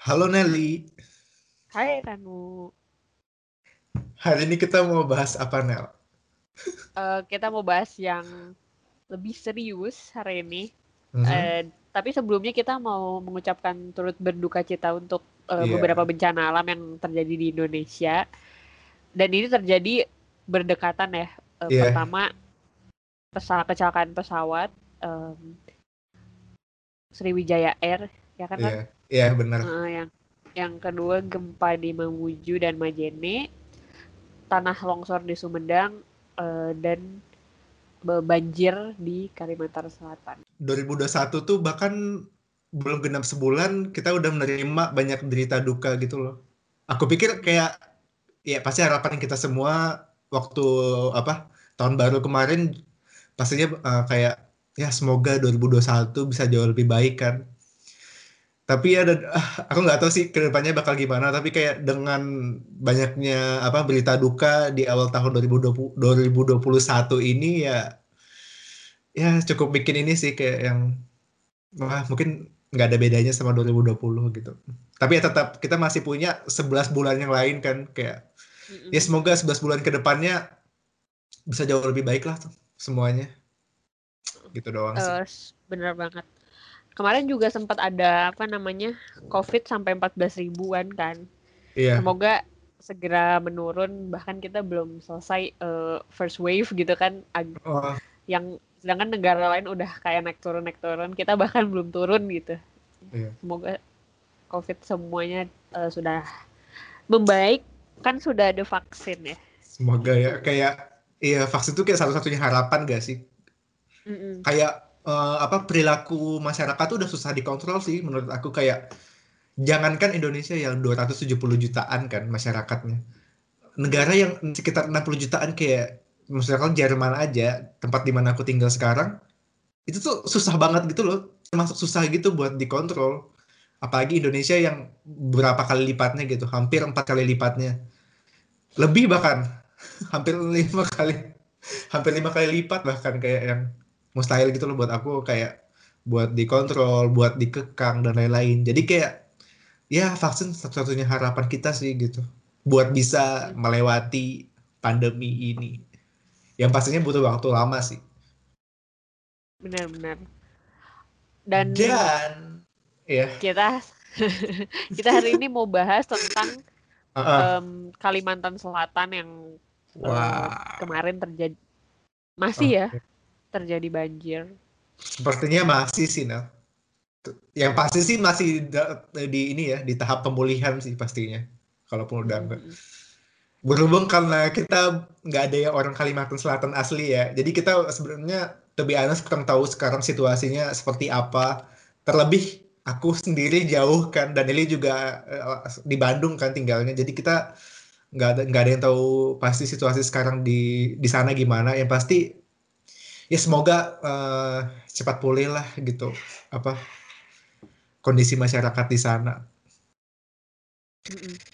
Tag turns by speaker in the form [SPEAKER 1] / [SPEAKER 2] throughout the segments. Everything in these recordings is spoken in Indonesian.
[SPEAKER 1] Halo Nelly,
[SPEAKER 2] Hai Ranu.
[SPEAKER 1] hari ini kita mau bahas apa Nel?
[SPEAKER 2] Kita mau bahas yang lebih serius hari ini.
[SPEAKER 1] Mhm.
[SPEAKER 2] Tapi sebelumnya kita mau mengucapkan turut berduka cita untuk beberapa
[SPEAKER 1] Iya,
[SPEAKER 2] bencana alam yang terjadi di Indonesia. Dan ini terjadi berdekatan ya.
[SPEAKER 1] iya,
[SPEAKER 2] Pertama, kecelakaan pesawat Sriwijaya Air, ya kan Ran?
[SPEAKER 1] iya, iya benar.
[SPEAKER 2] Yang kedua gempa di Mamuju dan Majene, tanah longsor di Sumedang, dan banjir di Kalimantan Selatan.
[SPEAKER 1] 2021 tuh bahkan belum genap sebulan kita udah menerima banyak derita duka gitu loh. Aku pikir kayak ya pasti harapan kita semua waktu apa tahun baru kemarin pastinya kayak ya semoga 2021 bisa jauh lebih baik kan. Tapi ya aku nggak tahu sih kedepannya bakal gimana. Tapi kayak dengan banyaknya apa berita duka di awal tahun 2021 ini ya cukup bikin ini sih kayak yang wah mungkin nggak ada bedanya sama 2020 gitu. Tapi ya tetap kita masih punya 11 bulan yang lain kan kayak ya
[SPEAKER 2] Mm-mm.
[SPEAKER 1] semoga 11 bulan ke depannya bisa jauh lebih baik lah tuh semuanya gitu doang sih.
[SPEAKER 2] Bener banget. Kemarin juga sempat ada apa namanya COVID sampai 14 ribuan kan.
[SPEAKER 1] Iya.
[SPEAKER 2] Semoga segera menurun. Bahkan kita belum selesai first wave gitu kan.
[SPEAKER 1] Oh,
[SPEAKER 2] Yang sedangkan negara lain udah kayak naik turun. Kita bahkan belum turun gitu.
[SPEAKER 1] iya.
[SPEAKER 2] Semoga COVID semuanya sudah membaik. Kan sudah ada vaksin ya.
[SPEAKER 1] Semoga ya
[SPEAKER 2] Gitu.
[SPEAKER 1] kayak iya vaksin itu kayak satu-satunya harapan gak sih?
[SPEAKER 2] Mm-mm.
[SPEAKER 1] Kayak apa perilaku masyarakat tuh udah susah dikontrol sih menurut aku kayak jangankan Indonesia yang 270 jutaan kan masyarakatnya. Negara
[SPEAKER 2] Mm-mm.
[SPEAKER 1] yang sekitar 60 jutaan kayak misalkan Jerman aja, tempat di mana aku tinggal sekarang, itu tuh susah banget gitu loh. Termasuk susah gitu buat dikontrol. Apalagi Indonesia yang berapa kali lipatnya gitu, hampir 4 kali lipatnya. Lebih bahkan, hampir 5 kali, hampir 5 kali lipat bahkan kayak yang mustahil gitu loh buat aku kayak buat dikontrol, buat dikekang dan lain-lain. Jadi kayak ya vaksin satu-satunya harapan kita sih gitu buat bisa
[SPEAKER 2] Mm-mm.
[SPEAKER 1] melewati pandemi ini. Yang pastinya butuh waktu lama sih.
[SPEAKER 2] Benar-benar. Dan
[SPEAKER 1] Dan ya,
[SPEAKER 2] kita kita hari ini mau bahas tentang Kalimantan Selatan yang
[SPEAKER 1] wah,
[SPEAKER 2] kemarin terjadi masih ya
[SPEAKER 1] oke.
[SPEAKER 2] terjadi banjir.
[SPEAKER 1] Sepertinya masih sih, Nel. Yang
[SPEAKER 2] Mm-mm.
[SPEAKER 1] pasti sih masih di ini ya, di tahap pemulihan sih pastinya. Kalaupun udah enggak.
[SPEAKER 2] Mm-mm.
[SPEAKER 1] Berhubung karena kita nggak ada yang orang Kalimantan Selatan asli ya, jadi kita sebenarnya lebih honest kurang tahu sekarang situasinya seperti apa. Terlebih aku sendiri jauh kan, dan Eli juga di Bandung kan tinggalnya, jadi kita nggak ada yang tahu pasti situasi sekarang di sana gimana. Yang pasti ya semoga cepat pulih lah gitu apa kondisi masyarakat di sana.
[SPEAKER 2] Mm-mm.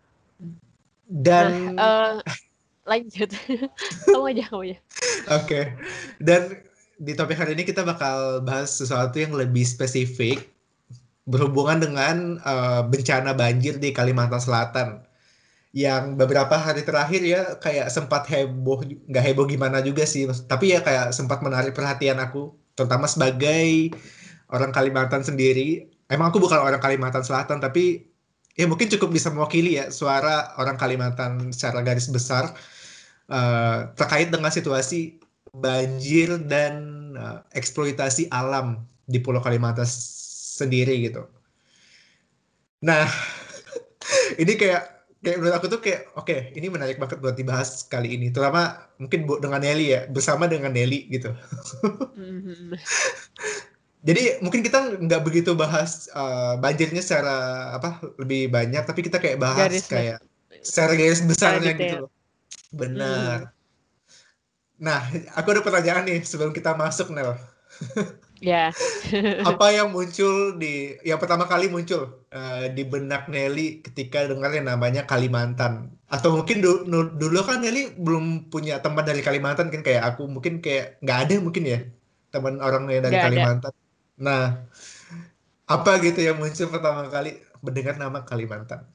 [SPEAKER 1] Dan
[SPEAKER 2] Nah, lanjut. Kamu aja.
[SPEAKER 1] oke. Dan di topik hari ini kita bakal bahas sesuatu yang lebih spesifik berhubungan dengan bencana banjir di Kalimantan Selatan yang beberapa hari terakhir ya kayak sempat heboh, nggak heboh gimana juga sih, tapi ya kayak sempat menarik perhatian aku, terutama sebagai orang Kalimantan sendiri. Emang aku bukan orang Kalimantan Selatan, tapi ya mungkin cukup bisa mewakili ya suara orang Kalimantan secara garis besar terkait dengan situasi banjir dan eksploitasi alam di Pulau Kalimantan sendiri gitu. Nah, ini kayak kayak menurut aku tuh kayak oke, ini menarik banget buat dibahas kali ini, terutama mungkin dengan Nelly ya, bersama dengan Nelly gitu.
[SPEAKER 2] Mm-mm.
[SPEAKER 1] Jadi mungkin kita nggak begitu bahas banjirnya secara apa lebih banyak, tapi kita kayak bahas
[SPEAKER 2] Garis
[SPEAKER 1] kayak secara garis
[SPEAKER 2] secara
[SPEAKER 1] besarnya gitu
[SPEAKER 2] detail.
[SPEAKER 1] loh.
[SPEAKER 2] Mm-mm.
[SPEAKER 1] Benar. Nah, aku ada pertanyaan nih sebelum kita masuk, Nel.
[SPEAKER 2] Ya.
[SPEAKER 1] Apa yang muncul yang pertama kali muncul di benak Nelly ketika dengar yang namanya Kalimantan? Atau mungkin dulu kan Nelly belum punya teman dari Kalimantan kan kayak aku mungkin kayak nggak ada mungkin ya teman orang yang dari
[SPEAKER 2] Nggak ada.
[SPEAKER 1] Kalimantan. Nah, apa gitu yang muncul pertama kali? mendengar nama Kalimantan?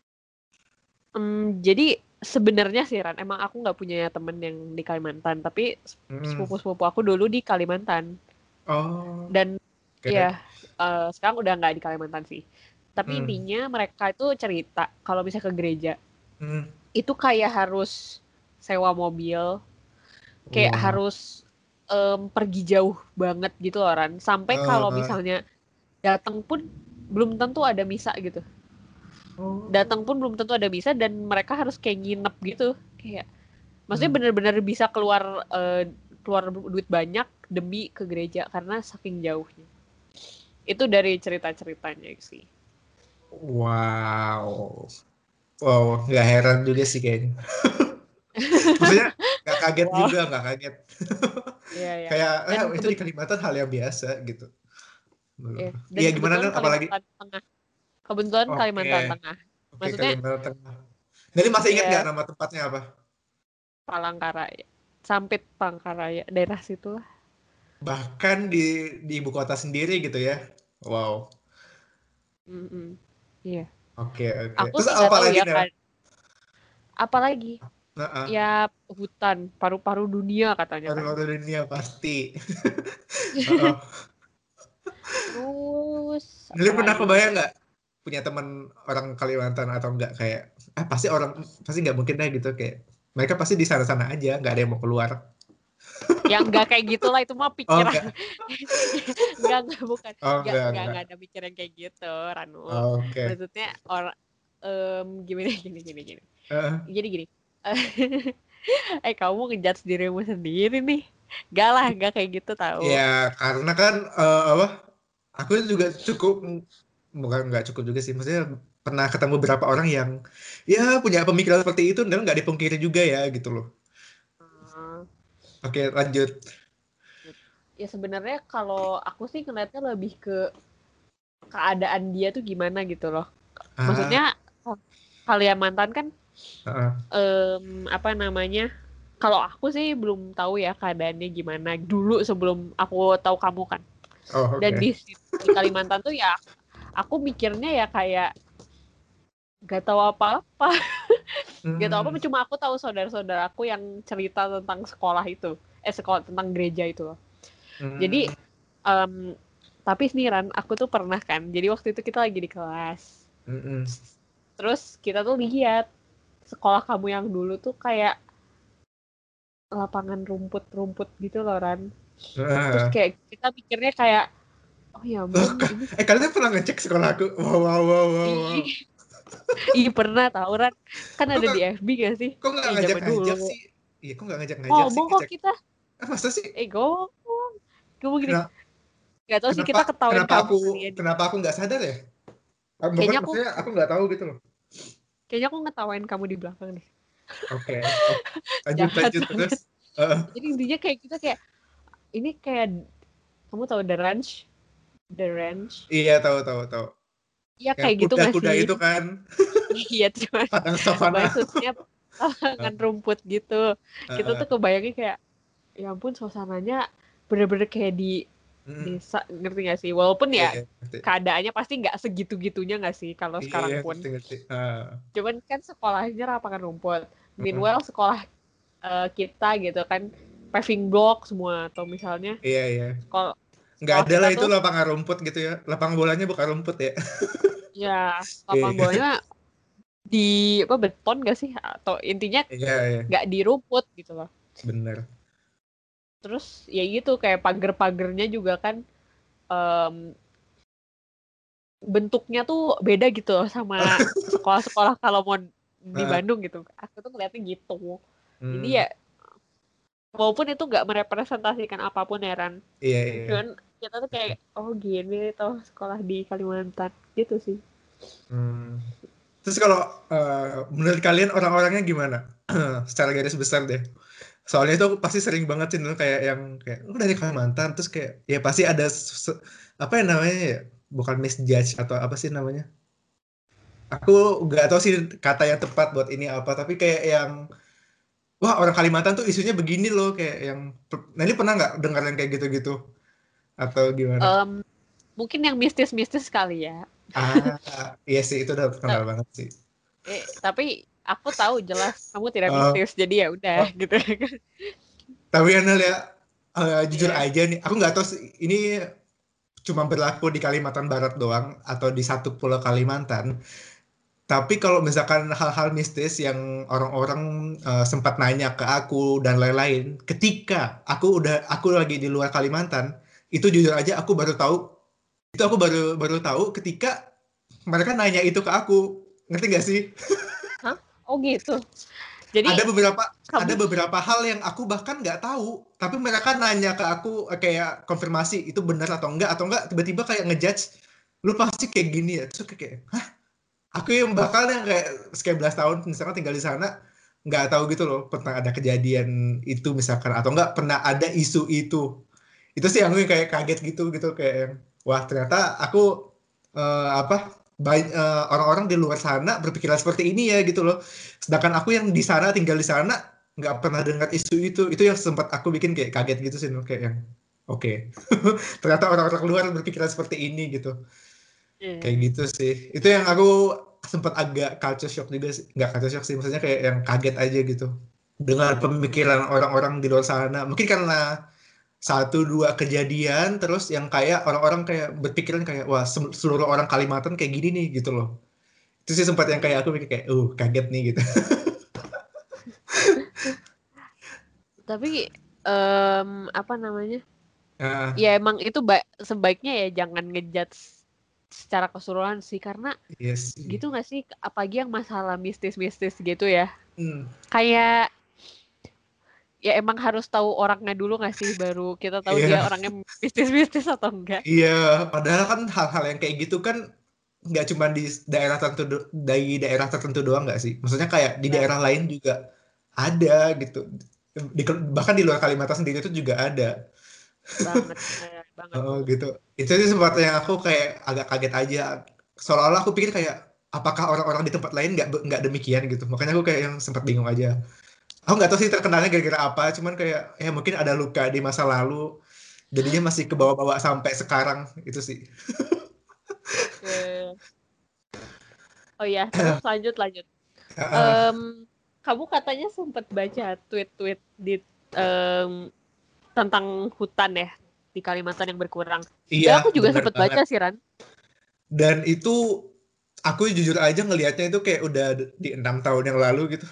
[SPEAKER 2] Jadi sebenarnya sih Ran, emang aku nggak punya temen yang di Kalimantan, tapi
[SPEAKER 1] Hmm.
[SPEAKER 2] sepupu-sepupu aku dulu di Kalimantan.
[SPEAKER 1] Oh,
[SPEAKER 2] Dan
[SPEAKER 1] oke.
[SPEAKER 2] ya sekarang udah nggak di Kalimantan sih. Tapi
[SPEAKER 1] Hmm.
[SPEAKER 2] intinya mereka itu cerita kalau bisa ke gereja
[SPEAKER 1] Hmm.
[SPEAKER 2] itu kayak harus sewa mobil, kayak
[SPEAKER 1] Wah.
[SPEAKER 2] harus pergi jauh banget gitu loh Ran. Sampai kalau
[SPEAKER 1] Eh,
[SPEAKER 2] misalnya datang pun belum tentu ada misa gitu. Datang
[SPEAKER 1] oh.
[SPEAKER 2] pun belum tentu ada misa dan mereka harus kayak nginep gitu. Kayak maksudnya
[SPEAKER 1] Hmm.
[SPEAKER 2] bener-bener bisa keluar duit banyak demi ke gereja karena saking jauhnya. Itu dari cerita-ceritanya sih.
[SPEAKER 1] Wow. Wow, nggak heran juga sih kayaknya. Maksudnya nggak kaget
[SPEAKER 2] Wow.
[SPEAKER 1] juga, nggak kaget.
[SPEAKER 2] Iya ya.
[SPEAKER 1] Kayak
[SPEAKER 2] Dan
[SPEAKER 1] itu di Kalimantan hal yang biasa gitu.
[SPEAKER 2] dan
[SPEAKER 1] Iya gimana
[SPEAKER 2] kebetulan
[SPEAKER 1] nih apalagi?
[SPEAKER 2] Kalimantan Tengah. Kebetulan
[SPEAKER 1] Oke,
[SPEAKER 2] Kalimantan Tengah.
[SPEAKER 1] oke
[SPEAKER 2] Maksudnya
[SPEAKER 1] Kalimantan Tengah. Jadi masih ingat nggak
[SPEAKER 2] ya
[SPEAKER 1] nama tempatnya apa?
[SPEAKER 2] Palangkaraya. Sampit Palangkaraya daerah situ lah.
[SPEAKER 1] Bahkan di ibu kota sendiri gitu ya. Wow.
[SPEAKER 2] Mm-mm. Iya.
[SPEAKER 1] Oke, oke.
[SPEAKER 2] Aku
[SPEAKER 1] Terus
[SPEAKER 2] sih nggak
[SPEAKER 1] apa
[SPEAKER 2] tahu
[SPEAKER 1] lagi
[SPEAKER 2] ya
[SPEAKER 1] nih?
[SPEAKER 2] kan. Apalagi
[SPEAKER 1] Nah,
[SPEAKER 2] ya hutan paru-paru dunia katanya kan.
[SPEAKER 1] baru-baru dunia pasti. Heeh.
[SPEAKER 2] Terus
[SPEAKER 1] Jadi pernah
[SPEAKER 2] apalagi ya?
[SPEAKER 1] kebayang nggak punya teman orang Kalimantan atau enggak kayak pasti orang pasti nggak mungkin deh gitu kayak mereka pasti di sana-sana aja nggak ada yang mau keluar.
[SPEAKER 2] Ya nggak kayak gitulah itu mah
[SPEAKER 1] Oh
[SPEAKER 2] pikiran.
[SPEAKER 1] enggak,
[SPEAKER 2] Nggak bukan.
[SPEAKER 1] oh
[SPEAKER 2] Nggak
[SPEAKER 1] enggak.
[SPEAKER 2] ada pikiran kayak gitu, Ranu.
[SPEAKER 1] Oh, oke.
[SPEAKER 2] Maksudnya orang gimana gini.
[SPEAKER 1] Heeh.
[SPEAKER 2] Jadi gini. Kamu ngejudge dirimu sendiri nih. Gak lah, gak kayak gitu tahu.
[SPEAKER 1] Ya karena kan apa? Aku juga cukup bukan nggak cukup juga sih, maksudnya pernah ketemu beberapa orang yang ya punya pemikiran seperti itu dan nggak dipungkiri juga ya gitu loh.
[SPEAKER 2] Hmm,
[SPEAKER 1] Oke lanjut.
[SPEAKER 2] Ya sebenarnya kalau aku sih ngeliatnya lebih ke keadaan dia tuh gimana gitu loh.
[SPEAKER 1] Ah,
[SPEAKER 2] Maksudnya kalian mantan kan
[SPEAKER 1] heeh.
[SPEAKER 2] apa namanya? Kalau aku sih belum tahu ya keadaannya gimana dulu sebelum aku tahu kamu kan.
[SPEAKER 1] Oh
[SPEAKER 2] Dan
[SPEAKER 1] oke.
[SPEAKER 2] di Kalimantan tuh ya aku mikirnya ya kayak gak tahu apa-apa. Gak tahu apa
[SPEAKER 1] Hmm.
[SPEAKER 2] cuma aku tahu saudara-saudara aku yang cerita tentang sekolah itu. Sekolah tentang gereja itu loh. Jadi
[SPEAKER 1] Hmm.
[SPEAKER 2] em, tapi seniran aku tuh pernah kan. Jadi waktu itu kita lagi di kelas.
[SPEAKER 1] Hmm.
[SPEAKER 2] Terus kita tuh lihat sekolah kamu yang dulu tuh kayak lapangan rumput-rumput gitu loh Ran. Terus
[SPEAKER 1] Ah.
[SPEAKER 2] kayak kita pikirnya kayak oh ya
[SPEAKER 1] Loh,
[SPEAKER 2] ampun ini
[SPEAKER 1] kalian pernah ngecek sekolah aku? Wow, wow, wow, wow, wow.
[SPEAKER 2] ih, ih pernah tau Ran. Kan
[SPEAKER 1] Kok
[SPEAKER 2] ada
[SPEAKER 1] nggak,
[SPEAKER 2] di FB gak sih?
[SPEAKER 1] kok nggak
[SPEAKER 2] Zaman
[SPEAKER 1] ngajak-ngajak
[SPEAKER 2] dulu.
[SPEAKER 1] sih? Iya, kok nggak ngajak-ngajak sih
[SPEAKER 2] Ngomong kok
[SPEAKER 1] ngecek?
[SPEAKER 2] kita.
[SPEAKER 1] Ah, masa sih?
[SPEAKER 2] Ngomong. Ngomong gini.
[SPEAKER 1] Kenapa,
[SPEAKER 2] Gak tau sih
[SPEAKER 1] kenapa,
[SPEAKER 2] kita ketawain
[SPEAKER 1] kenapa
[SPEAKER 2] kamu
[SPEAKER 1] aku,
[SPEAKER 2] kali ya di
[SPEAKER 1] kenapa aku nggak sadar ya? Ah, bukan,
[SPEAKER 2] kayaknya aku
[SPEAKER 1] maksudnya aku nggak tahu gitu loh.
[SPEAKER 2] kayaknya aku ngetawain kamu di belakang deh.
[SPEAKER 1] Oke, oke. Lanjut,
[SPEAKER 2] Jahat
[SPEAKER 1] lanjut terus.
[SPEAKER 2] banget.
[SPEAKER 1] Eh,
[SPEAKER 2] Jadi intinya kayak kita kayak ini kayak kamu tahu The Ranch? The Ranch.
[SPEAKER 1] iya, tahu, tahu, tahu.
[SPEAKER 2] Iya
[SPEAKER 1] Yang
[SPEAKER 2] kayak gitu nggak
[SPEAKER 1] kuda-kuda
[SPEAKER 2] sih?
[SPEAKER 1] itu kan,
[SPEAKER 2] Iya cuman
[SPEAKER 1] padang savana.
[SPEAKER 2] maksudnya lapangan
[SPEAKER 1] Eh,
[SPEAKER 2] rumput gitu. Kita tuh
[SPEAKER 1] eh,
[SPEAKER 2] kebayangnya kayak ya ampun suasananya bener-bener kayak di
[SPEAKER 1] mm,
[SPEAKER 2] desa ngerti gak sih? Walaupun
[SPEAKER 1] iya,
[SPEAKER 2] ya
[SPEAKER 1] iya, ngerti.
[SPEAKER 2] keadaannya pasti nggak segitu-gitunya nggak sih kalau
[SPEAKER 1] Iya,
[SPEAKER 2] sekarang
[SPEAKER 1] iya,
[SPEAKER 2] pun.
[SPEAKER 1] ngerti, ngerti.
[SPEAKER 2] Cuman kan sekolahnya lapangan rumput.
[SPEAKER 1] Mm,
[SPEAKER 2] Meanwhile sekolah kita gitu kan paving block semua atau misalnya
[SPEAKER 1] iya, iya.
[SPEAKER 2] sekolah
[SPEAKER 1] Nggak
[SPEAKER 2] sekolah
[SPEAKER 1] ada
[SPEAKER 2] kita
[SPEAKER 1] lah itu
[SPEAKER 2] tuh
[SPEAKER 1] lapangan rumput gitu ya. Lapangan bolanya bukan rumput ya.
[SPEAKER 2] ya lapangan
[SPEAKER 1] Iya,
[SPEAKER 2] bolanya di apa beton gak sih atau intinya
[SPEAKER 1] iya, iya.
[SPEAKER 2] nggak di rumput gitu loh.
[SPEAKER 1] Bener.
[SPEAKER 2] Terus ya gitu kayak pagar-pagernya juga kan em, bentuknya tuh beda gitu loh sama sekolah-sekolah kalau mau di
[SPEAKER 1] Heeh.
[SPEAKER 2] Bandung gitu. Aku tuh ngeliatnya gitu. Jadi
[SPEAKER 1] Hmm,
[SPEAKER 2] ya walaupun itu nggak merepresentasikan apapun ya Ran.
[SPEAKER 1] iya, iya.
[SPEAKER 2] Cuman kita tuh kayak oh gini tuh sekolah di Kalimantan gitu sih.
[SPEAKER 1] Hmm. Terus kalau menurut kalian orang-orangnya gimana? Secara garis besar deh. Soalnya itu pasti sering banget sih dulu kayak yang kayak lu dari Kalimantan terus kayak ya pasti ada apa yang namanya ya? Bukan misjudge atau apa sih namanya? Aku nggak tahu sih kata yang tepat buat ini apa, tapi kayak yang wah orang Kalimantan tuh isunya begini loh kayak yang nah ini pernah nggak dengar yang kayak gitu-gitu atau gimana?
[SPEAKER 2] Em, Mungkin yang mistis-mistis kali ya.
[SPEAKER 1] Iya sih itu udah terkenal
[SPEAKER 2] Ta-
[SPEAKER 1] banget sih.
[SPEAKER 2] tapi aku tahu jelas kamu tidak
[SPEAKER 1] Oh,
[SPEAKER 2] mistis, jadi ya udah
[SPEAKER 1] oh,
[SPEAKER 2] gitu.
[SPEAKER 1] tapi Anel ya, jujur
[SPEAKER 2] Iya.
[SPEAKER 1] aja nih, aku nggak tahu sih, ini cuma berlaku di Kalimantan Barat doang atau di satu pulau Kalimantan. Tapi kalau misalkan hal-hal mistis yang orang-orang sempat nanya ke aku dan lain-lain, ketika aku lagi di luar Kalimantan, itu jujur aja aku baru tahu, itu aku baru baru tahu ketika mereka nanya itu ke aku. Ngerti gak sih?
[SPEAKER 2] Hah? Oh gitu. Jadi
[SPEAKER 1] Ada beberapa
[SPEAKER 2] kamu
[SPEAKER 1] ada beberapa hal yang aku bahkan nggak tahu, tapi mereka nanya ke aku kayak konfirmasi itu benar atau enggak tiba-tiba kayak ngejudge lu pasti kayak gini ya. Terus kayak aku yang bakal yang kayak sekian belas tahun misalkan tinggal di sana nggak tahu gitu loh pernah ada kejadian itu misalkan atau nggak pernah ada isu itu sih yang kayak kaget gitu kayak yang, wah ternyata aku orang-orang di luar sana berpikiran seperti ini ya gitu loh, sedangkan aku yang di sana tinggal di sana nggak pernah dengar isu itu yang sempat aku bikin kayak kaget gitu sih kayak yang oke. Ternyata orang-orang luar berpikiran seperti ini gitu. Kayak
[SPEAKER 2] eh,
[SPEAKER 1] gitu sih. Itu yang aku sempat agak culture shock juga sih. Nggak culture shock sih, maksudnya kayak yang kaget aja gitu. Dengan pemikiran orang-orang di luar sana. Mungkin karena satu dua kejadian, terus yang kayak orang-orang kayak berpikiran kayak, wah seluruh orang Kalimantan kayak gini nih gitu loh. Itu sih sempat yang kayak aku mikir kayak, kaget nih gitu.
[SPEAKER 2] tapi apa namanya?
[SPEAKER 1] Ah,
[SPEAKER 2] Ya emang itu sebaiknya ya jangan ngejudge secara keseluruhan sih, karena
[SPEAKER 1] iya sih.
[SPEAKER 2] gitu nggak sih, apalagi yang masalah mistis-mistis gitu ya.
[SPEAKER 1] Hmm,
[SPEAKER 2] Kayak ya emang harus tahu orangnya dulu nggak sih, baru kita tahu dia
[SPEAKER 1] iya,
[SPEAKER 2] orangnya mistis-mistis atau enggak.
[SPEAKER 1] iya. Padahal kan hal-hal yang kayak gitu kan nggak cuma di daerah tertentu dari daerah tertentu doang nggak sih? Maksudnya kayak di daerah
[SPEAKER 2] Banget,
[SPEAKER 1] lain juga ada gitu. Bahkan di luar Kalimantan sendiri itu juga ada.
[SPEAKER 2] banget, bener banget.
[SPEAKER 1] Oh, gitu. Itu sih sempat yang aku kayak agak kaget aja. Seolah-olah aku pikir kayak apakah orang-orang di tempat lain nggak demikian gitu. Makanya aku kayak yang sempat bingung aja. Aku nggak tahu sih terkenalnya gara-gara apa. Cuman kayak ya mungkin ada luka di masa lalu. Jadinya masih ke bawah-bawah sampai sekarang itu sih.
[SPEAKER 2] Eh, oh ya, terus lanjut lanjut.
[SPEAKER 1] Heeh.
[SPEAKER 2] Em, Kamu katanya sempat baca tweet-tweet di em, tentang hutan ya di Kalimantan yang berkurang.
[SPEAKER 1] Iya,
[SPEAKER 2] Aku juga
[SPEAKER 1] bener
[SPEAKER 2] sempat
[SPEAKER 1] banget.
[SPEAKER 2] baca sih, Ran.
[SPEAKER 1] Dan itu aku jujur aja ngelihatnya itu kayak udah di 6 tahun yang lalu gitu.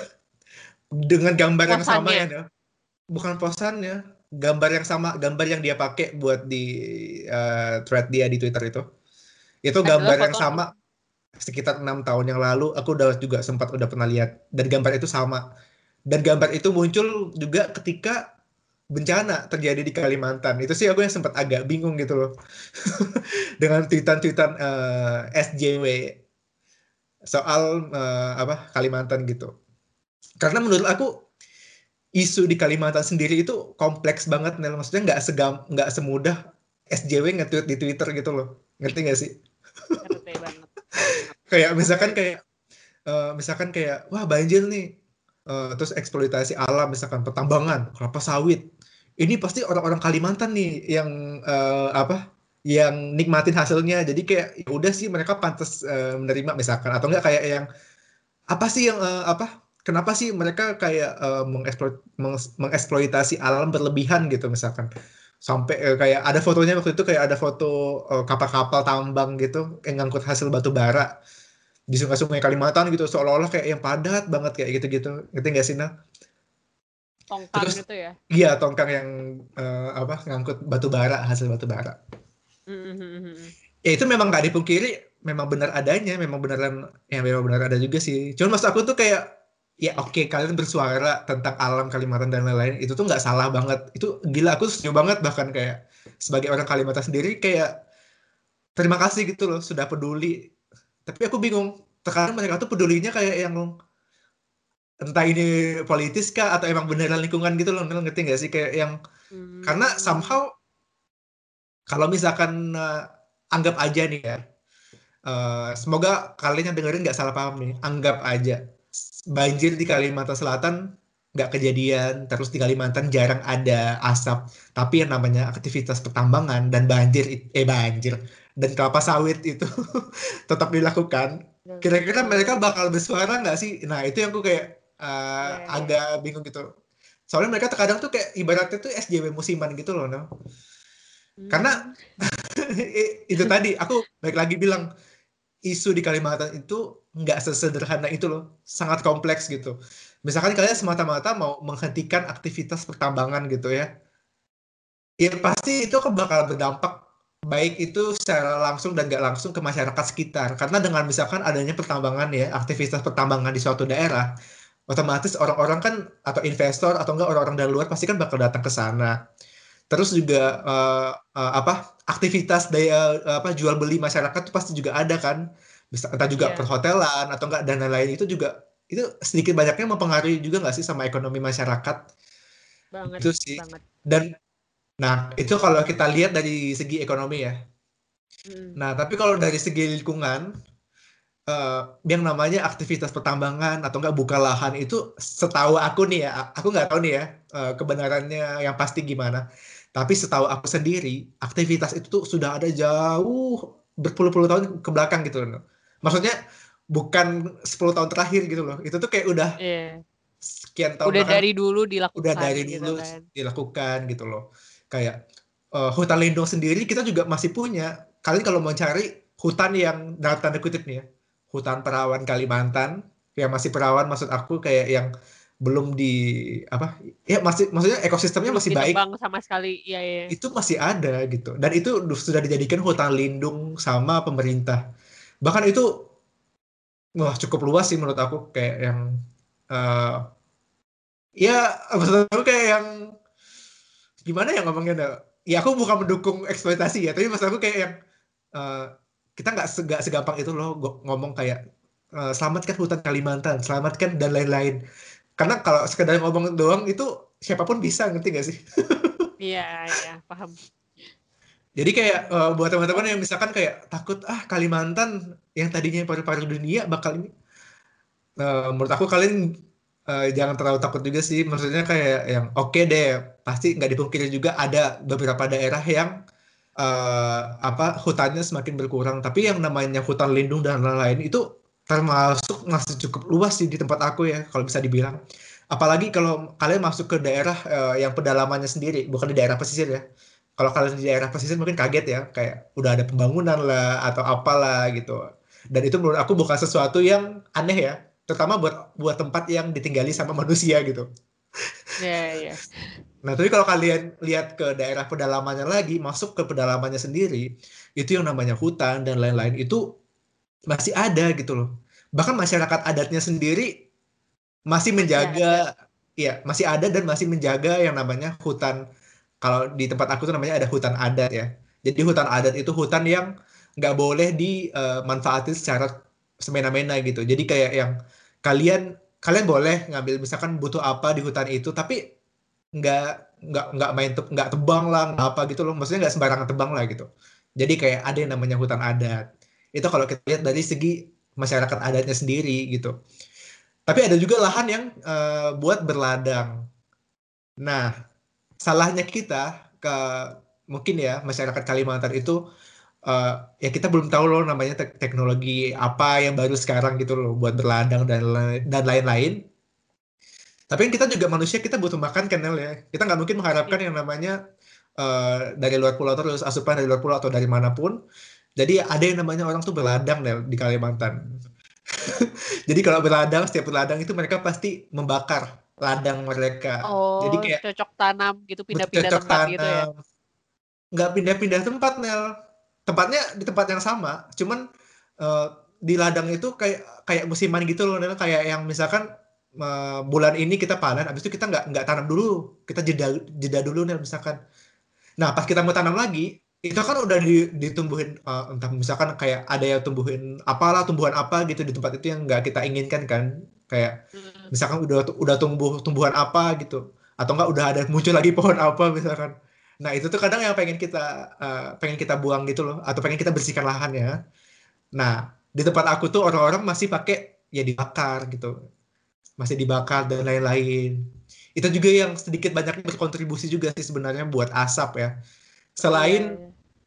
[SPEAKER 1] Dengan gambar yang sama ya,
[SPEAKER 2] Posannya.
[SPEAKER 1] Nel. Bukan posannya, gambar yang sama, gambar yang dia pakai buat di thread dia di Twitter itu. Itu
[SPEAKER 2] Adalah
[SPEAKER 1] gambar yang
[SPEAKER 2] foto.
[SPEAKER 1] sama sekitar 6 tahun yang lalu. Aku juga sempat udah pernah lihat dan gambar itu sama. Dan gambar itu muncul juga ketika bencana terjadi di Kalimantan. Itu sih aku yang sempat agak bingung gitu loh. Dengan tweetan-tweetan SJW soal apa Kalimantan gitu. Karena menurut aku isu di Kalimantan sendiri itu kompleks banget Nel. Maksudnya nggak semudah SJW nge-tweet di Twitter gitu loh. Ngerti nggak sih?
[SPEAKER 2] Ngerti banget. Banget.
[SPEAKER 1] Kayak
[SPEAKER 2] Very.
[SPEAKER 1] misalkan kayak wah banjir nih. Terus eksploitasi alam misalkan pertambangan, kelapa sawit. Ini pasti orang-orang Kalimantan nih yang apa? Yang nikmatin hasilnya. Jadi kayak ya udah sih mereka pantas menerima misalkan atau enggak kayak yang apa sih yang apa kenapa sih mereka kayak mengeksploitasi alam berlebihan gitu misalkan sampai kayak ada fotonya waktu itu kayak ada foto kapal-kapal tambang gitu yang ngangkut hasil batu bara di sungai-sungai Kalimantan gitu seolah-olah kayak yang padat banget kayak gitu-gitu ngerti nggak sih Nal?
[SPEAKER 2] Tongkang
[SPEAKER 1] Terus
[SPEAKER 2] gitu ya.
[SPEAKER 1] iya tongkang yang apa ngangkut batu bara hasil batu bara
[SPEAKER 2] Mhm.
[SPEAKER 1] ya itu memang nggak dipungkiri memang benar adanya memang beneran ya memang benar ada juga sih cuman maksud aku tuh kayak ya oke kalian bersuara tentang alam Kalimantan dan lain-lain itu tuh nggak salah banget itu gila aku setuju banget bahkan kayak sebagai orang Kalimantan sendiri kayak terima kasih gitu loh sudah peduli tapi aku bingung terkadang mereka tuh pedulinya kayak yang entah ini politis kah atau emang beneran lingkungan gitu loh ngerti nggak sih kayak yang karena
[SPEAKER 2] Hmm.
[SPEAKER 1] somehow kalau misalkan anggap aja nih ya. Semoga kalian yang dengerin nggak salah paham nih. Anggap aja banjir di Kalimantan Selatan nggak kejadian, terus di Kalimantan jarang ada asap. Tapi yang namanya aktivitas pertambangan dan banjir, banjir. dan kelapa sawit itu tetap dilakukan, kira-kira mereka bakal bersuara nggak sih? Nah itu yang aku kayak
[SPEAKER 2] Ya.
[SPEAKER 1] agak bingung gitu. Soalnya mereka terkadang tuh kayak ibaratnya tuh SJW musiman gitu loh, no? Karena
[SPEAKER 2] Hmm.
[SPEAKER 1] itu tadi aku baik lagi bilang isu di Kalimantan itu nggak sesederhana itu loh, sangat kompleks gitu. Misalkan kalian semata-mata mau menghentikan aktivitas pertambangan gitu ya, ya pasti itu kan bakal berdampak baik itu secara langsung dan nggak langsung ke masyarakat sekitar. Karena dengan misalkan adanya pertambangan ya, aktivitas pertambangan di suatu daerah, otomatis orang-orang kan atau investor atau enggak orang-orang dari luar pasti kan bakal datang ke sana. Terus juga apa aktivitas daya apa jual beli masyarakat itu pasti juga ada kan. Bisa entah juga
[SPEAKER 2] Iya,
[SPEAKER 1] perhotelan atau enggak dan lain-lain itu juga itu sedikit banyaknya mempengaruhi juga nggak sih sama ekonomi masyarakat
[SPEAKER 2] banget,
[SPEAKER 1] itu sih.
[SPEAKER 2] banget.
[SPEAKER 1] Dan nah itu kalau kita lihat dari segi ekonomi ya.
[SPEAKER 2] Mm.
[SPEAKER 1] Nah tapi kalau dari segi lingkungan eh, yang namanya aktivitas pertambangan atau enggak buka lahan itu setahu aku nih ya, aku nggak tahu nih ya kebenarannya yang pasti gimana. Tapi setahu aku sendiri, aktivitas itu tuh sudah ada jauh berpuluh-puluh tahun ke belakang gitu loh. Maksudnya bukan 10 tahun terakhir gitu loh. Itu tuh kayak udah
[SPEAKER 2] Iya.
[SPEAKER 1] sekian tahun
[SPEAKER 2] Udah
[SPEAKER 1] bahkan
[SPEAKER 2] dari dulu
[SPEAKER 1] udah
[SPEAKER 2] dilakukan
[SPEAKER 1] dari
[SPEAKER 2] gitu
[SPEAKER 1] dulu
[SPEAKER 2] kan.
[SPEAKER 1] dilakukan gitu loh. Kayak hutan lindung sendiri kita juga masih punya. Kalian kalau mau cari hutan yang dalam tanda kutip nih ya, hutan perawan Kalimantan yang masih perawan maksud aku kayak yang belum di apa ya masih maksudnya ekosistemnya
[SPEAKER 2] Belum
[SPEAKER 1] masih baik
[SPEAKER 2] ditebang sama sekali. Iya, iya.
[SPEAKER 1] itu masih ada gitu dan itu sudah dijadikan hutan lindung sama pemerintah bahkan itu wah cukup luas sih menurut aku kayak yang eh, ya maksud aku kayak yang gimana ya ngomongnya Del? Ya aku bukan mendukung eksploitasi ya, tapi maksud aku kayak yang eh, kita nggak segampang itu loh ngomong kayak selamatkan hutan Kalimantan, selamatkan dan lain-lain. Karena kalau sekedar ngomong doang itu siapapun bisa ngerti gak sih?
[SPEAKER 2] Iya, iya, paham.
[SPEAKER 1] Jadi kayak buat teman-teman
[SPEAKER 2] Oh,
[SPEAKER 1] yang misalkan kayak takut Kalimantan yang tadinya paru-paru dunia bakal ini. Menurut aku kalian jangan terlalu takut juga sih. Maksudnya kayak yang oke deh, pasti nggak dipungkiri juga ada beberapa daerah yang apa hutannya semakin berkurang. Tapi yang namanya hutan lindung dan lain-lain itu termasuk masih cukup luas sih di tempat aku ya, kalau bisa dibilang. Apalagi kalau kalian masuk ke daerah yang pedalamannya sendiri, bukan di daerah pesisir ya. Kalau kalian di daerah pesisir mungkin kaget ya, kayak udah ada pembangunan lah atau apalah gitu. Dan itu menurut aku bukan sesuatu yang aneh ya, terutama buat buat tempat yang ditinggali sama manusia gitu.
[SPEAKER 2] iya, iya.
[SPEAKER 1] Nah, tapi kalau kalian lihat ke daerah pedalamannya lagi, masuk ke pedalamannya sendiri, itu yang namanya hutan dan lain-lain itu masih ada gitu loh. Bahkan masyarakat adatnya sendiri masih
[SPEAKER 2] Masih ada.
[SPEAKER 1] menjaga, ya masih ada dan masih menjaga yang namanya hutan. Kalau di tempat aku tuh namanya ada hutan adat ya. Jadi hutan adat itu hutan yang nggak boleh dimanfaatin secara semena-mena gitu. Jadi kayak yang kalian kalian boleh ngambil misalkan butuh apa di hutan itu, tapi nggak nggak main nggak tebang lah nggak apa gitu loh. Maksudnya nggak sembarangan tebang lah gitu. Jadi kayak ada yang namanya hutan adat. Itu kalau kita lihat dari segi masyarakat adatnya sendiri gitu. Tapi ada juga lahan yang buat berladang. Nah, salahnya kita ke mungkin ya masyarakat Kalimantan itu eh, ya kita belum tahu loh namanya teknologi apa yang baru sekarang gitu loh buat berladang dan lain-lain. Tapi kan kita juga manusia kita butuh makan kan Nel ya. Kita nggak mungkin mengharapkan
[SPEAKER 2] Iya.
[SPEAKER 1] yang namanya dari luar pulau terus asupan dari luar pulau atau dari manapun. Jadi ada yang namanya orang tuh berladang Nel di Kalimantan. Jadi kalau berladang setiap berladang itu mereka pasti membakar ladang mereka. Jadi
[SPEAKER 2] Oh,
[SPEAKER 1] kayak
[SPEAKER 2] cocok tanam gitu, pindah-pindah
[SPEAKER 1] bercocok
[SPEAKER 2] tempat gitu ya.
[SPEAKER 1] tanam, nggak pindah-pindah tempat Nel. Tempatnya di tempat yang sama, cuman eh, di ladang itu kayak kayak musiman gitu loh Nel. Kayak yang misalkan bulan ini kita panen, habis itu kita nggak tanam dulu, kita jeda jeda dulu Nel misalkan. Nah pas kita mau tanam lagi, itu kan udah ditumbuhin entah misalkan kayak ada yang tumbuhin apalah tumbuhan apa gitu di tempat itu yang nggak kita inginkan kan, kayak
[SPEAKER 2] Mm.
[SPEAKER 1] misalkan udah tumbuh tumbuhan apa gitu atau enggak udah ada muncul lagi pohon apa misalkan. Nah itu tuh kadang yang pengen kita buang gitu loh atau pengen kita bersihkan lahannya. Nah di tempat aku tuh orang-orang masih pakai ya dibakar gitu, masih dibakar dan lain-lain. Itu juga yang sedikit banyak berkontribusi juga sih sebenarnya buat asap ya.
[SPEAKER 2] Iya,
[SPEAKER 1] Selain
[SPEAKER 2] iya.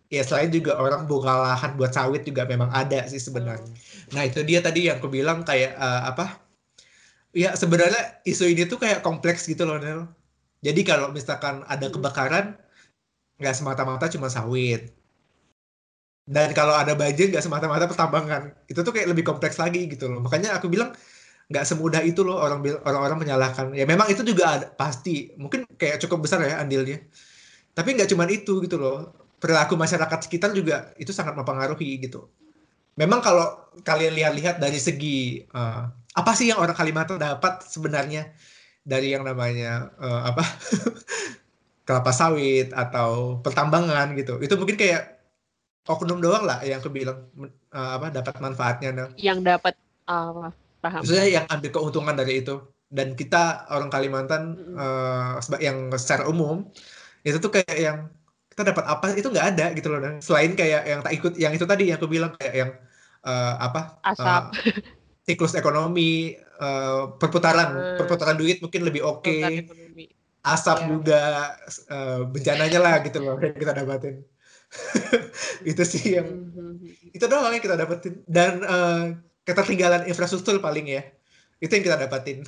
[SPEAKER 1] Ya selain juga orang buka lahan buat sawit juga memang ada sih sebenarnya.
[SPEAKER 2] Oh.
[SPEAKER 1] Nah itu dia tadi yang aku bilang kayak apa? Ya sebenarnya isu ini tuh kayak kompleks gitu loh Nel. Jadi kalau misalkan ada
[SPEAKER 2] Mm-mm.
[SPEAKER 1] kebakaran, nggak semata-mata cuma sawit. Dan kalau ada banjir nggak semata-mata pertambangan. Itu tuh kayak lebih kompleks lagi gitu loh. Makanya aku bilang nggak semudah itu loh orang-orang menyalahkan. Ya memang itu juga ada, pasti. Mungkin kayak cukup besar ya andilnya. Tapi nggak cuma itu gitu loh. Perilaku masyarakat sekitar juga itu sangat mempengaruhi gitu. Memang kalau kalian lihat-lihat dari segi apa sih yang orang Kalimantan dapat sebenarnya dari yang namanya apa kelapa sawit atau pertambangan gitu. Itu mungkin kayak oknum doang lah yang aku bilang apa dapat manfaatnya. Nah.
[SPEAKER 2] Yang dapat paham
[SPEAKER 1] Maksudnya
[SPEAKER 2] paham.
[SPEAKER 1] yang ambil keuntungan dari itu. Dan kita orang Kalimantan
[SPEAKER 2] Mm-mm.
[SPEAKER 1] yang secara umum itu tuh kayak yang kita dapat apa itu nggak ada gitu loh. Nah. Selain kayak yang tak ikut yang itu tadi yang aku bilang kayak yang apa
[SPEAKER 2] Asap.
[SPEAKER 1] siklus ekonomi perputaran
[SPEAKER 2] Ah,
[SPEAKER 1] perputaran duit mungkin lebih oke,
[SPEAKER 2] perputaran ekonomi.
[SPEAKER 1] asap
[SPEAKER 2] Ya.
[SPEAKER 1] juga bencananya lah gitu loh yang kita dapatin. Itu sih yang
[SPEAKER 2] Mhm.
[SPEAKER 1] itu doang yang kita dapetin dan ketertinggalan infrastruktur paling ya itu yang kita dapatin.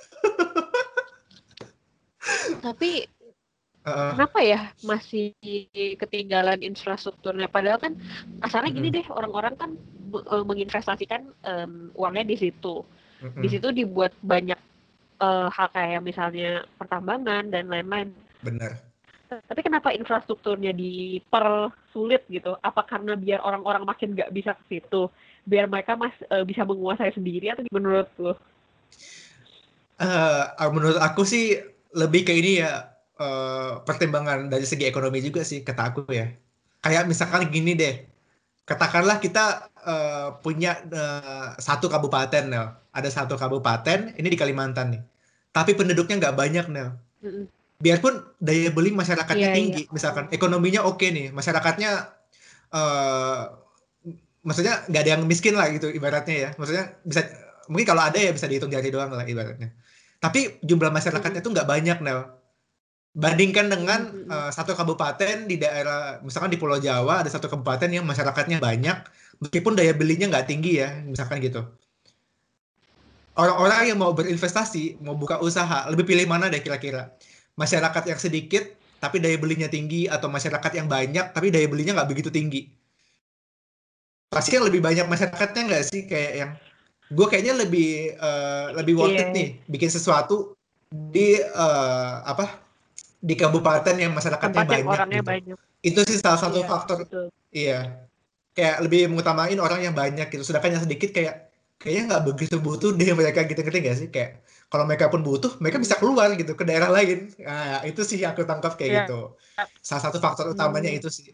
[SPEAKER 2] Tapi
[SPEAKER 1] Heeh.
[SPEAKER 2] kenapa ya masih ketinggalan infrastrukturnya? Padahal kan kasarnya gini
[SPEAKER 1] Mm-mm.
[SPEAKER 2] deh, orang-orang kan menginvestasikan uangnya di situ. Di
[SPEAKER 1] Mm-mm.
[SPEAKER 2] situ dibuat banyak hal kayak misalnya pertambangan dan lain-lain.
[SPEAKER 1] Bener.
[SPEAKER 2] Tapi kenapa infrastrukturnya dipersulit gitu? Apa karena biar orang-orang makin nggak bisa ke situ? Biar mereka bisa menguasai sendiri atau menurut lo?
[SPEAKER 1] Menurut aku sih lebih ke ini ya pertimbangan dari segi ekonomi juga sih kata aku ya. Kayak misalkan gini deh, katakanlah kita punya satu kabupaten Nel. Ada satu kabupaten ini di Kalimantan nih. Tapi penduduknya nggak banyak Nel.
[SPEAKER 2] Mm-mm.
[SPEAKER 1] Biarpun daya beli masyarakatnya
[SPEAKER 2] Iya, iya.
[SPEAKER 1] tinggi, misalkan ekonominya oke nih, masyarakatnya eh maksudnya nggak ada yang miskin lah gitu ibaratnya ya. Maksudnya bisa mungkin kalau ada ya bisa dihitung jari doang lah ibaratnya. Tapi jumlah masyarakatnya
[SPEAKER 2] Mm-mm.
[SPEAKER 1] tuh nggak banyak Nel. Bandingkan dengan
[SPEAKER 2] Mm-mm.
[SPEAKER 1] satu kabupaten di daerah, misalkan di Pulau Jawa ada satu kabupaten yang masyarakatnya banyak, meskipun daya belinya nggak tinggi ya, misalkan gitu. Orang-orang yang mau berinvestasi, mau buka usaha, lebih pilih mana deh kira-kira? Masyarakat yang sedikit, tapi daya belinya tinggi, atau masyarakat yang banyak, tapi daya belinya nggak begitu tinggi? Pasti yang lebih banyak masyarakatnya nggak sih? Kayak yang, gue kayaknya lebih worth
[SPEAKER 2] Iya,
[SPEAKER 1] it
[SPEAKER 2] iya.
[SPEAKER 1] nih, bikin sesuatu di apa di kabupaten yang masyarakatnya
[SPEAKER 2] Tempat yang
[SPEAKER 1] banyak
[SPEAKER 2] orangnya
[SPEAKER 1] gitu.
[SPEAKER 2] banyak.
[SPEAKER 1] Itu sih salah satu
[SPEAKER 2] Iya,
[SPEAKER 1] faktor.
[SPEAKER 2] betul.
[SPEAKER 1] Iya, kayak lebih mengutamain orang yang banyak gitu. Sedangkan yang sedikit kayak kayaknya nggak begitu butuh deh mereka gitu ngerti nggak sih? Kayak kalau mereka pun butuh, mereka bisa
[SPEAKER 2] Mm.
[SPEAKER 1] keluar gitu ke daerah lain. Nah, itu sih yang aku tangkap kayak
[SPEAKER 2] Iya.
[SPEAKER 1] gitu. Salah satu faktor utamanya
[SPEAKER 2] Hmm,
[SPEAKER 1] itu sih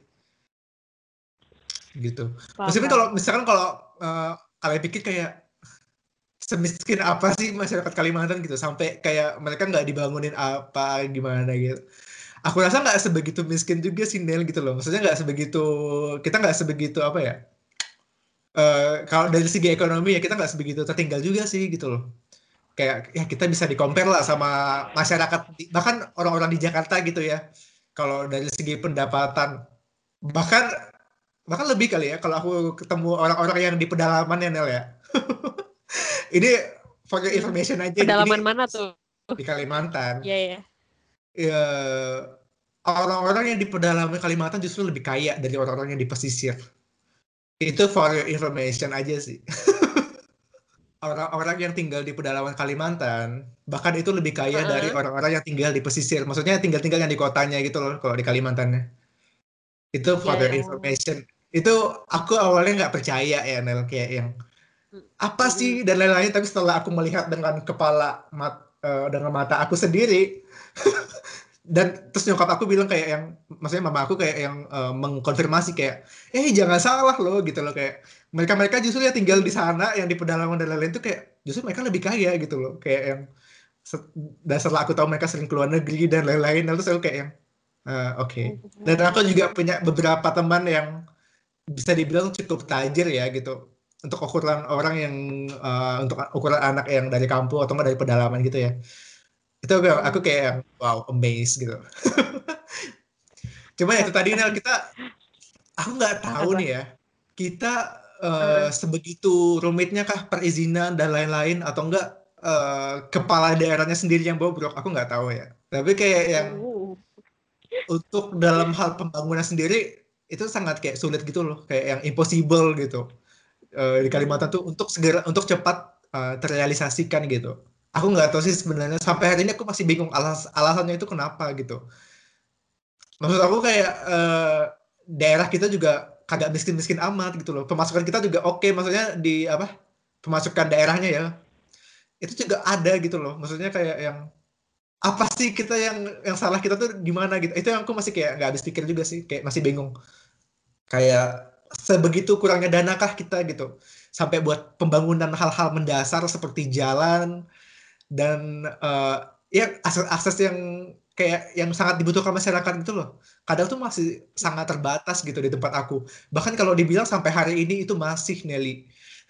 [SPEAKER 1] gitu.
[SPEAKER 2] paham,
[SPEAKER 1] Meskipun
[SPEAKER 2] paham,
[SPEAKER 1] kalau
[SPEAKER 2] paham.
[SPEAKER 1] misalkan kalau kalian pikir kayak semiskin apa sih masyarakat Kalimantan gitu sampai kayak mereka nggak dibangunin apa gimana gitu. Aku rasa nggak sebegitu miskin juga sih Nel gitu loh. Maksudnya nggak sebegitu kita nggak sebegitu apa ya? Kalau dari segi ekonomi ya kita nggak sebegitu tertinggal juga sih gitu loh. Kayak ya kita bisa di-compare lah sama masyarakat bahkan orang-orang di Jakarta gitu ya. Kalau dari segi pendapatan bahkan bahkan lebih kali ya kalau aku ketemu orang-orang yang di pedalaman ya Nel ya. Ini for your
[SPEAKER 2] Hmm.
[SPEAKER 1] information aja nih. Ini
[SPEAKER 2] Pedalaman mana tuh?
[SPEAKER 1] di Kalimantan.
[SPEAKER 2] Iya, ya.
[SPEAKER 1] Ya, orang-orang yang di pedalaman Kalimantan justru lebih kaya dari orang-orang yang di pesisir. Itu for your information aja sih. Orang-orang yang tinggal di pedalaman Kalimantan, bahkan itu lebih kaya dari
[SPEAKER 2] Heeh.
[SPEAKER 1] orang-orang yang tinggal di pesisir. Maksudnya tinggal-tinggal yang di kotanya gitu loh, kalau di Kalimantannya. Itu for
[SPEAKER 2] Iya,
[SPEAKER 1] your
[SPEAKER 2] ya.
[SPEAKER 1] information. Itu aku awalnya nggak percaya ya, Nel. Kayak yang, apa sih,
[SPEAKER 2] Mm-mm.
[SPEAKER 1] dan lain-lain. Tapi setelah aku melihat dengan dengan mata aku sendiri, dan terus nyokap aku bilang kayak yang maksudnya mama aku kayak yang mengkonfirmasi kayak jangan salah loh gitu loh kayak mereka justru ya tinggal di
[SPEAKER 2] Mm.
[SPEAKER 1] sana yang di pedalaman dan lain-lain tuh kayak justru mereka lebih kaya gitu loh kayak yang dan setelah aku tahu mereka sering keluar negeri dan lain-lain terus aku kayak yang oke. Dan aku juga
[SPEAKER 2] Oh.
[SPEAKER 1] punya beberapa teman yang bisa dibilang cukup tajir ya gitu untuk ukuran orang yang untuk ukuran anak yang dari kampung atau enggak dari pedalaman gitu ya itu aku
[SPEAKER 2] Mm.
[SPEAKER 1] kayak yang wow amazed gitu. Cuma ya itu tadi Nel kita Aku nggak tahu
[SPEAKER 2] Apa?
[SPEAKER 1] nih ya. Kita
[SPEAKER 2] Heeh.
[SPEAKER 1] sebegitu rumitnya kah perizinan dan lain-lain atau enggak kepala daerahnya sendiri yang bobrok? Aku nggak tahu ya. Tapi kayak yang
[SPEAKER 2] Oh.
[SPEAKER 1] untuk dalam hal pembangunan sendiri itu sangat kayak sulit gitu loh, kayak yang impossible gitu. Di Kalimantan
[SPEAKER 2] Hmm.
[SPEAKER 1] tuh untuk segera untuk cepat terrealisasikan gitu. Aku nggak tahu sih sebenarnya sampai hari ini aku masih bingung alasannya itu kenapa gitu. Maksud aku kayak daerah kita juga kagak miskin-miskin amat gitu loh. Pemasukan kita juga oke, maksudnya di apa? Pemasukan daerahnya ya. Itu juga ada gitu loh. Maksudnya kayak yang apa sih kita yang salah kita tuh di mana gitu. Itu yang aku masih kayak nggak habis pikir juga sih, kayak masih bingung. Kayak sebegitu kurangnya dana kah kita gitu. Sampai buat pembangunan hal-hal mendasar seperti jalan dan ya akses yang kayak yang sangat dibutuhkan masyarakat gitu loh. Kadang tuh masih sangat terbatas gitu di tempat aku. Bahkan kalau dibilang sampai hari ini itu masih Nelly.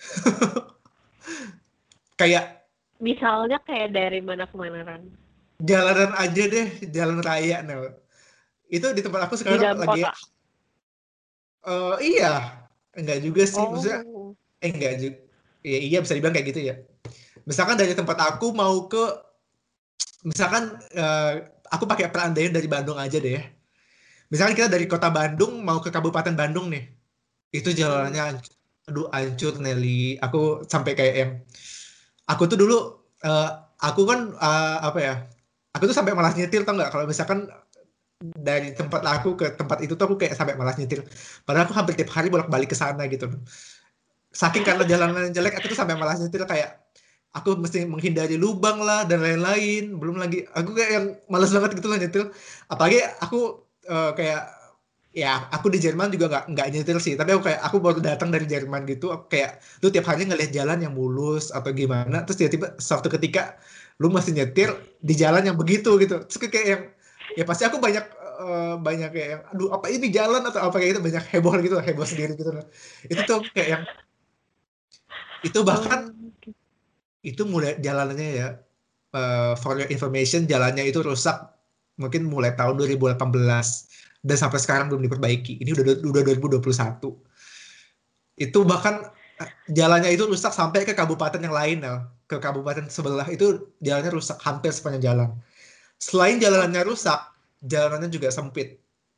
[SPEAKER 1] Kayak
[SPEAKER 2] Misalnya kayak dari mana ke mana, Ran?
[SPEAKER 1] jalanan aja deh, jalan raya Nel. Itu di tempat aku
[SPEAKER 2] Di
[SPEAKER 1] sekarang
[SPEAKER 2] dalam
[SPEAKER 1] lagi
[SPEAKER 2] kota.
[SPEAKER 1] iya, enggak juga sih maksudnya
[SPEAKER 2] Oh.
[SPEAKER 1] enggak juga. Ya, iya bisa dibilang kayak gitu ya. Misalkan dari tempat aku mau ke misalkan aku pakai perandaian dari Bandung aja deh ya. Misalkan kita dari
[SPEAKER 2] Hmm.
[SPEAKER 1] kota Bandung mau ke Kabupaten Bandung nih. Itu
[SPEAKER 2] Hmm.
[SPEAKER 1] jalannya aduh hancur Nelly. Aku sampai kayak yang aku tuh dulu eh, aku kan apa ya? Aku tuh sampai malas nyetir tau nggak kalau misalkan dari tempat aku ke tempat itu tuh aku kayak sampai malas nyetir. Padahal aku hampir tiap hari bolak-balik ke sana gitu. Saking karena jalanan jelek aku tuh sampai malas nyetir kayak aku mesti menghindari lubang lah dan lain-lain. Belum lagi aku kayak yang malas banget gitu lah nyetir. Apalagi aku kayak ya aku di Jerman juga nggak nyetir sih, tapi aku kayak aku baru datang dari Jerman gitu, aku kayak lu tiap hari ngelihat jalan yang mulus atau gimana, terus tiba-tiba suatu ketika lu masih nyetir di jalan yang begitu gitu, terus kayak yang ya pasti aku banyak banyak kayak yang aduh apa ini jalan atau apa kayak gitu, banyak heboh gitu, heboh sendiri gitu loh. Itu tuh kayak yang itu bahkan
[SPEAKER 2] Oh.
[SPEAKER 1] itu mulai jalanannya ya for your information jalannya itu rusak mungkin mulai tahun 2018 dan sampai sekarang belum diperbaiki. Ini udah 2021. Itu bahkan jalannya itu rusak sampai ke kabupaten yang lain, Nel. Ke kabupaten sebelah itu jalannya rusak hampir sepanjang jalan. Selain jalanannya rusak, jalanannya juga sempit.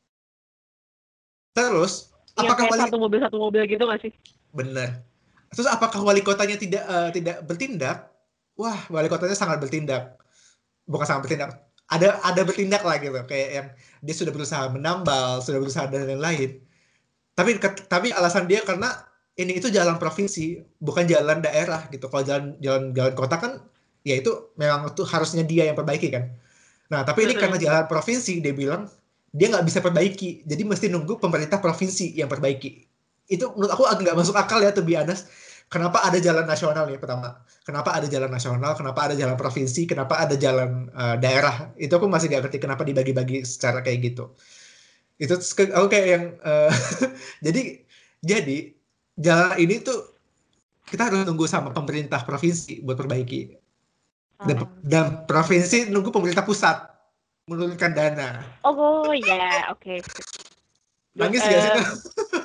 [SPEAKER 1] Terus,
[SPEAKER 2] Yang
[SPEAKER 1] apakah
[SPEAKER 2] kayak
[SPEAKER 1] wali
[SPEAKER 2] satu mobil gitu nggak sih?
[SPEAKER 1] benar? Terus apakah wali kotanya tidak bertindak? Wah, wali kotanya sangat bertindak. Bukan sangat bertindak. Ada bertindak lah gitu, kayak yang dia sudah berusaha menambal, sudah berusaha dan lain-lain. Tapi alasan dia karena ini itu jalan provinsi, bukan jalan daerah gitu. Kalau jalan jalan jalan kota kan ya itu memang itu harusnya dia yang perbaiki kan. Nah, tapi ini karena
[SPEAKER 2] Heeh.
[SPEAKER 1] jalan provinsi dia bilang dia nggak bisa perbaiki. Jadi mesti nunggu pemerintah provinsi yang perbaiki. Itu menurut aku agak nggak masuk akal ya to be honest. Kenapa ada jalan nasional ya pertama? Kenapa ada jalan nasional? Kenapa ada jalan provinsi? Kenapa ada jalan daerah? Itu aku masih gak ngerti kenapa dibagi-bagi secara kayak gitu. Itu aku kayak yang jadi jadi jalan ini tuh kita harus nunggu sama pemerintah provinsi buat perbaiki dan provinsi nunggu pemerintah pusat menurunkan dana.
[SPEAKER 2] Oh ya, oke.
[SPEAKER 1] Nangis gak sih tuh?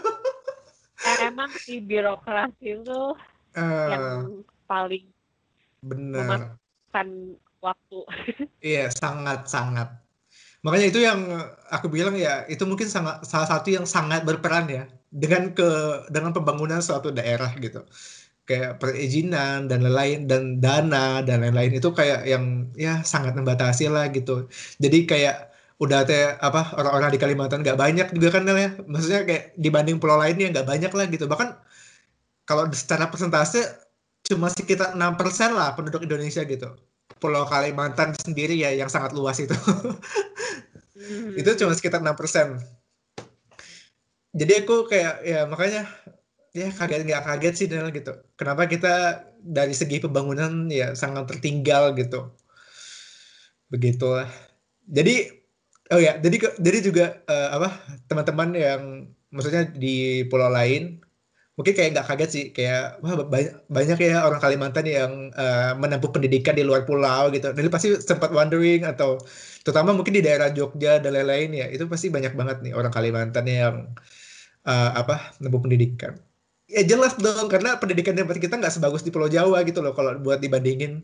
[SPEAKER 2] Emang si birokrasi itu yang paling
[SPEAKER 1] Bener.
[SPEAKER 2] memakan waktu.
[SPEAKER 1] Iya, sangat-sangat. Makanya itu yang aku bilang ya, itu mungkin salah satu yang sangat berperan ya dengan pembangunan suatu daerah gitu. Kayak perizinan dan lain-lain dan dana dan lain-lain itu kayak yang ya sangat membatasi lah gitu. Jadi kayak udah teh apa orang-orang di Kalimantan nggak banyak juga kan Nel ya. Maksudnya kayak dibanding pulau lainnya nggak banyak lah gitu. Bahkan kalau secara persentase cuma sekitar 6% lah penduduk Indonesia gitu. Pulau Kalimantan sendiri ya yang sangat luas itu. Itu cuma
[SPEAKER 2] Hmm.
[SPEAKER 1] sekitar 6%. Jadi aku kayak ya makanya ya kaget nggak kaget sih Nel gitu. Kenapa kita dari segi pembangunan ya sangat tertinggal gitu. Begitulah. Jadi oh ya, jadi juga apa teman-teman yang maksudnya di pulau lain mungkin kayak nggak kaget sih kayak wah banyak, banyak ya orang Kalimantan yang menempuh pendidikan di luar pulau gitu. Jadi pasti sempat wondering atau terutama mungkin di daerah Jogja dan lain-lain ya itu pasti banyak banget nih orang Kalimantan yang nempuh pendidikan. Ya jelas dong, karena pendidikan di tempat kita nggak sebagus di Pulau Jawa gitu loh kalau buat dibandingin.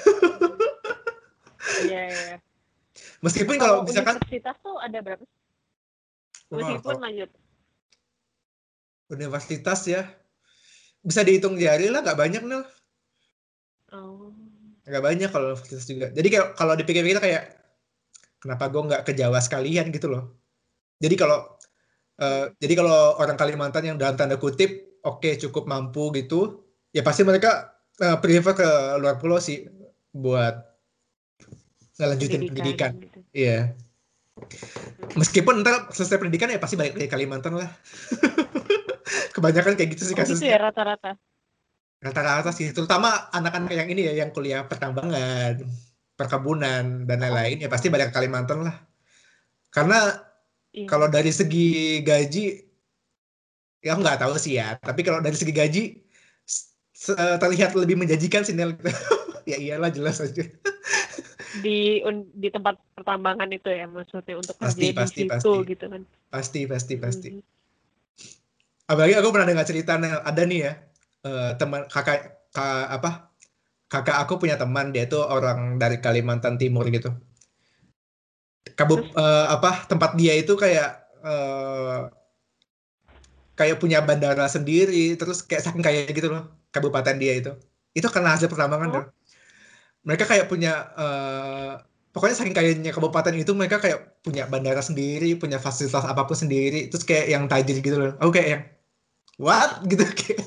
[SPEAKER 2] Iya, iya.
[SPEAKER 1] Meskipun kalau
[SPEAKER 2] Kalau
[SPEAKER 1] misalkan,
[SPEAKER 2] universitas tuh ada berapa?
[SPEAKER 1] wah,
[SPEAKER 2] Meskipun
[SPEAKER 1] kalau
[SPEAKER 2] lanjut.
[SPEAKER 1] universitas ya bisa dihitung jari lah, nggak banyak nih,
[SPEAKER 2] Oh.
[SPEAKER 1] nggak banyak kalau universitas juga. Jadi kayak kalau dipikir-pikir kayak kenapa gue nggak ke Jawa sekalian gitu loh. Jadi kalau orang Kalimantan yang dalam tanda kutip oke cukup mampu gitu, ya pasti mereka prefer ke luar pulau sih buat ngelanjutin
[SPEAKER 2] Pendidikan
[SPEAKER 1] pendidikan.
[SPEAKER 2] gitu.
[SPEAKER 1] Iya. Meskipun ntar selesai pendidikan ya pasti balik ke Kalimantan lah. Kebanyakan kayak gitu sih
[SPEAKER 2] Oh gitu ya
[SPEAKER 1] kasusnya.
[SPEAKER 2] rata-rata.
[SPEAKER 1] Rata-rata sih, terutama anak-anak yang ini ya, yang kuliah pertambangan, perkebunan, dan lain-lain, ya pasti
[SPEAKER 2] Oh,
[SPEAKER 1] balik ke Kalimantan lah. Karena kalau
[SPEAKER 2] iya.
[SPEAKER 1] dari segi gaji, ya aku nggak tahu sih ya, tapi kalau dari segi gaji, terlihat lebih menjanjikan sih Nel. Ya iyalah jelas aja.
[SPEAKER 2] Di tempat pertambangan itu ya maksudnya untuk
[SPEAKER 1] Pasti,
[SPEAKER 2] kerja di
[SPEAKER 1] pasti,
[SPEAKER 2] situ
[SPEAKER 1] pasti.
[SPEAKER 2] gitu kan.
[SPEAKER 1] Pasti, pasti, pasti.
[SPEAKER 2] Mhm.
[SPEAKER 1] Apalagi aku pernah dengar cerita Nel, ada nih ya, teman kakak, apa, kakak aku punya teman, dia tuh orang dari Kalimantan Timur gitu.
[SPEAKER 2] Terus
[SPEAKER 1] Tempat dia itu eh, kayak punya bandara sendiri, terus kayak saking kaya gitu loh kabupaten dia itu. Itu karena hasil pertambangan
[SPEAKER 2] oh
[SPEAKER 1] tuh. Mereka kayak punya pokoknya saking kayanya kabupaten itu, mereka kayak punya bandara sendiri, punya fasilitas apapun sendiri, terus kayak yang tajir gitu loh. Aku kayak yang what gitu kayak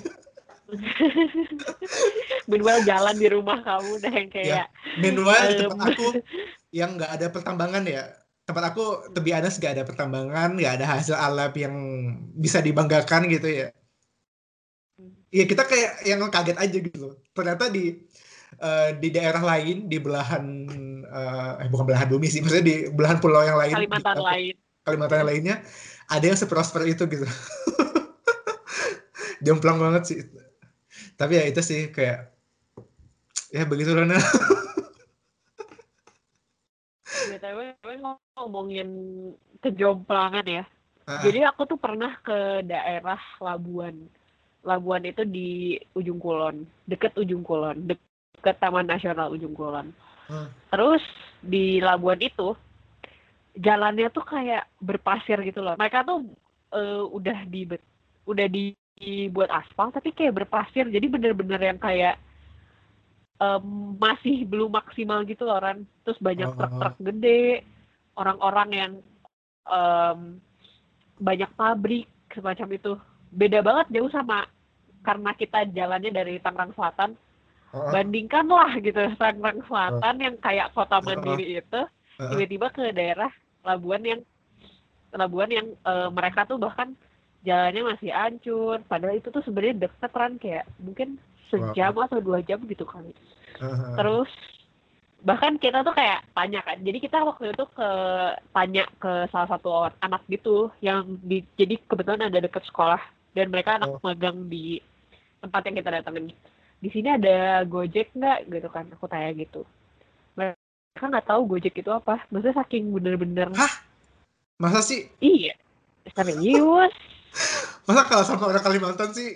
[SPEAKER 2] meanwhile jalan di rumah kamu udah yang
[SPEAKER 1] ya.
[SPEAKER 2] kayak
[SPEAKER 1] Meanwhile di tempat
[SPEAKER 2] em,
[SPEAKER 1] aku yang nggak ada pertambangan ya. Tempat aku to be honest nggak ada pertambangan, nggak ada hasil alam yang bisa dibanggakan gitu ya. Iya kita kayak yang kaget aja gitu loh. Ternyata di daerah lain di belahan bukan belahan bumi sih, maksudnya di belahan pulau yang lain di
[SPEAKER 2] Kalimantan lain.
[SPEAKER 1] Kalimantan yang lainnya ada yang seprosper itu gitu. Jomplang banget sih. Tapi ya itu sih kayak ya begitu Rana.
[SPEAKER 2] BTW ngomongin kejomplangan ya. Jadi
[SPEAKER 1] Ah,
[SPEAKER 2] aku tuh pernah ke daerah Labuan. Labuan itu di Ujung Kulon, deket Ujung Kulon, deket Taman Nasional Ujung Kulon.
[SPEAKER 1] ah,
[SPEAKER 2] Terus di Labuan itu jalannya tuh kayak berpasir gitu loh. Mereka tuh udah dibuat aspal tapi kayak berpasir. Jadi bener-bener yang kayak masih belum maksimal gitu loh Ran. Terus banyak
[SPEAKER 1] oh,
[SPEAKER 2] truk-truk gede, orang-orang yang em, banyak pabrik semacam itu. Beda banget jauh sama karena kita jalannya dari Tangerang Selatan.
[SPEAKER 1] oh,
[SPEAKER 2] Bandingkanlah gitu Tangerang
[SPEAKER 1] oh,
[SPEAKER 2] Selatan yang kayak kota
[SPEAKER 1] oh, oh,
[SPEAKER 2] mandiri itu
[SPEAKER 1] oh,
[SPEAKER 2] tiba-tiba ke daerah Labuan yang mereka tuh bahkan jalannya masih hancur. Padahal itu tuh sebenarnya deket Ran kayak mungkin sejam
[SPEAKER 1] wow.
[SPEAKER 2] atau 2 jam gitu kali.
[SPEAKER 1] Ah,
[SPEAKER 2] Terus bahkan kita tuh kayak tanya kan, jadi kita waktu itu tanya ke salah satu anak gitu yang jadi kebetulan ada deket sekolah dan mereka anak
[SPEAKER 1] oh,
[SPEAKER 2] magang di tempat yang kita datangin. Di sini ada Gojek nggak gitu kan, aku tanya gitu. Mereka nggak tahu Gojek itu apa, maksudnya saking bener-bener.
[SPEAKER 1] hah? Masa sih?
[SPEAKER 2] Iya, serius.
[SPEAKER 1] Masa kalau sama orang Kalimantan sih?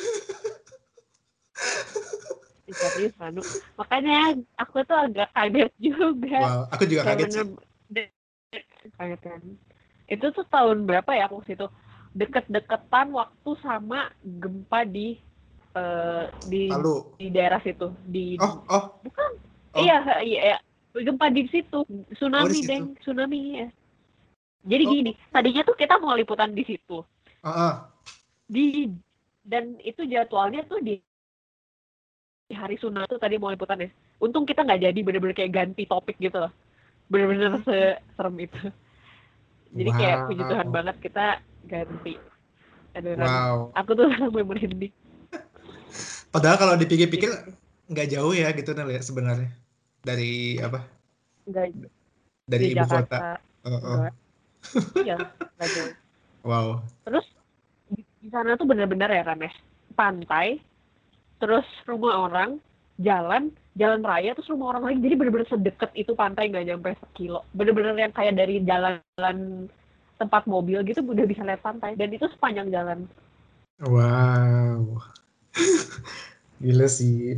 [SPEAKER 2] Serius Ranu, makanya aku tuh agak kaget juga,
[SPEAKER 1] Wow, aku juga
[SPEAKER 2] kayak
[SPEAKER 1] kaget
[SPEAKER 2] bener
[SPEAKER 1] sih.
[SPEAKER 2] kaget kan. Itu tuh tahun berapa ya aku situ, deket-deketan waktu sama gempa eh, di
[SPEAKER 1] Lalu,
[SPEAKER 2] di daerah situ
[SPEAKER 1] oh, oh,
[SPEAKER 2] bukan,
[SPEAKER 1] oh,
[SPEAKER 2] iya iya iya. Gempa di situ,
[SPEAKER 1] oh di
[SPEAKER 2] tsunami
[SPEAKER 1] situ.
[SPEAKER 2] deng, tsunami ya. Jadi gini,
[SPEAKER 1] Oh,
[SPEAKER 2] tadinya tuh kita mau liputan di situ
[SPEAKER 1] ah, ah.
[SPEAKER 2] di dan itu jadwalnya tuh di hari tsunami tuh tadi mau liputan ya. Untung kita nggak jadi, bener-bener kayak ganti topik gitu loh, bener-bener
[SPEAKER 1] Hmm.
[SPEAKER 2] serem itu. Jadi kayak puji Tuhan
[SPEAKER 1] Wow,
[SPEAKER 2] banget kita ganti. Aduh,
[SPEAKER 1] wow.
[SPEAKER 2] aku tuh sampai merinding
[SPEAKER 1] Padahal kalau dipikir-pikir
[SPEAKER 2] gitu.
[SPEAKER 1] nggak jauh ya gitu Nel ya sebenarnya dari apa?
[SPEAKER 2] Nggak
[SPEAKER 1] Dari
[SPEAKER 2] di
[SPEAKER 1] ibu kota.
[SPEAKER 2] Jakarta,
[SPEAKER 1] Oh, oh.
[SPEAKER 2] enggak, iya nggak jauh.
[SPEAKER 1] Wow.
[SPEAKER 2] Terus di sana tuh bener-bener ya Rames, pantai, terus rumah orang, jalan jalan raya, terus rumah orang lagi. Jadi bener-bener sedekat itu pantai, nggak nyampe sekilo. Bener-bener yang kayak dari jalan tempat mobil gitu udah bisa lihat pantai dan itu sepanjang jalan.
[SPEAKER 1] Wow. Gila sih.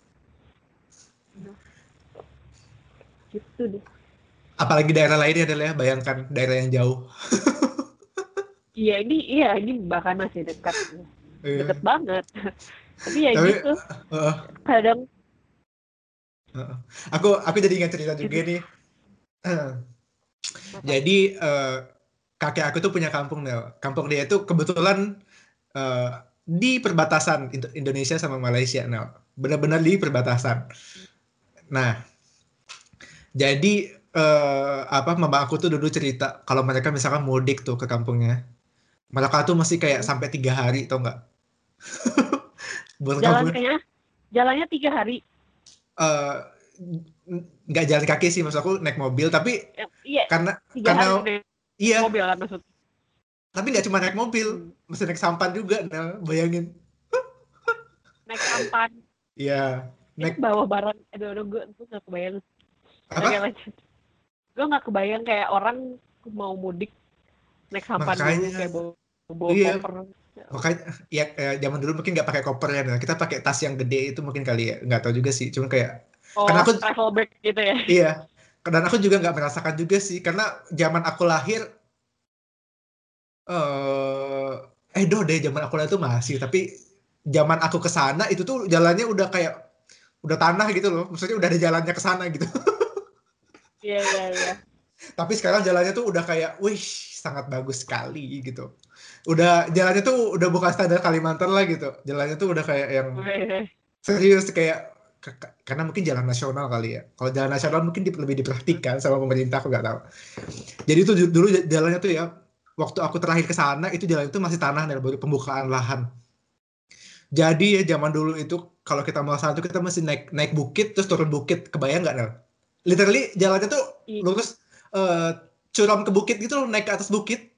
[SPEAKER 2] Gitu deh.
[SPEAKER 1] Apalagi daerah lainnya adalah bayangkan daerah yang jauh.
[SPEAKER 2] Iya ini bahkan masih dekat.
[SPEAKER 1] Iya.
[SPEAKER 2] Deket banget. Tapi ya
[SPEAKER 1] Tapi
[SPEAKER 2] gitu.
[SPEAKER 1] uh,
[SPEAKER 2] Kadang
[SPEAKER 1] uh, aku jadi ingat cerita juga
[SPEAKER 2] gitu.
[SPEAKER 1] nih.
[SPEAKER 2] Apa?
[SPEAKER 1] Jadi kakek aku tuh punya kampung Nel. Kampung dia itu kebetulan di perbatasan Indonesia sama Malaysia Nel. Benar-benar di perbatasan. Nah, jadi apa mama aku tuh dulu cerita kalau mereka misalkan mudik tuh ke kampungnya, mereka tuh masih kayak
[SPEAKER 2] Hmm.
[SPEAKER 1] sampai 3 hari tau nggak? Buat
[SPEAKER 2] Jalan
[SPEAKER 1] kampung
[SPEAKER 2] kayaknya jalannya 3 hari.
[SPEAKER 1] eh, nggak jalan kaki sih maksud aku naik mobil tapi
[SPEAKER 2] Iya,
[SPEAKER 1] karena
[SPEAKER 2] 3 hari
[SPEAKER 1] karena
[SPEAKER 2] naik
[SPEAKER 1] iya
[SPEAKER 2] mobil kan maksudnya.
[SPEAKER 1] tapi nggak cuma naik mobil
[SPEAKER 2] Hmm.
[SPEAKER 1] masih naik sampan juga nah bayangin
[SPEAKER 2] Naik sampan.
[SPEAKER 1] iya
[SPEAKER 2] Itu
[SPEAKER 1] naik
[SPEAKER 2] bawa barang. Aduh, gue gak kebayang. Oke,
[SPEAKER 1] apa
[SPEAKER 2] lanjut. Gue gak kebayang kayak orang mau mudik naik sampan dulu
[SPEAKER 1] makanya
[SPEAKER 2] kayak bawa
[SPEAKER 1] iya
[SPEAKER 2] koper. Ya Allah.
[SPEAKER 1] makanya ya zaman dulu mungkin nggak pakai koper ya nah, kita pakai tas yang gede itu mungkin kali ya nggak tahu juga sih cuma kayak karena
[SPEAKER 2] Oh,
[SPEAKER 1] aku
[SPEAKER 2] travel bag gitu ya.
[SPEAKER 1] iya dan aku juga nggak merasakan juga sih karena zaman aku lahir doh deh zaman aku lahir itu masih tapi zaman aku ke sana itu tuh jalannya udah kayak udah tanah gitu loh maksudnya udah ada jalannya ke sana gitu
[SPEAKER 2] Iya.
[SPEAKER 1] tapi sekarang jalannya tuh udah kayak wih sangat bagus sekali gitu udah jalannya tuh udah bukan standar Kalimantan lah gitu jalannya tuh udah kayak yang
[SPEAKER 2] Weh.
[SPEAKER 1] serius kayak karena mungkin jalan nasional kali ya kalau jalan nasional mungkin lebih diperhatikan sama pemerintah aku nggak tahu jadi itu dulu jalannya tuh ya waktu aku terakhir ke sana itu jalan itu masih tanah dan baru pembukaan lahan jadi ya zaman dulu itu kalau kita mau ke sana tuh kita mesti naik naik bukit terus turun bukit kebayang nggak Nel? Literally jalannya tuh lurus eh, curam ke bukit gitu loh naik ke atas bukit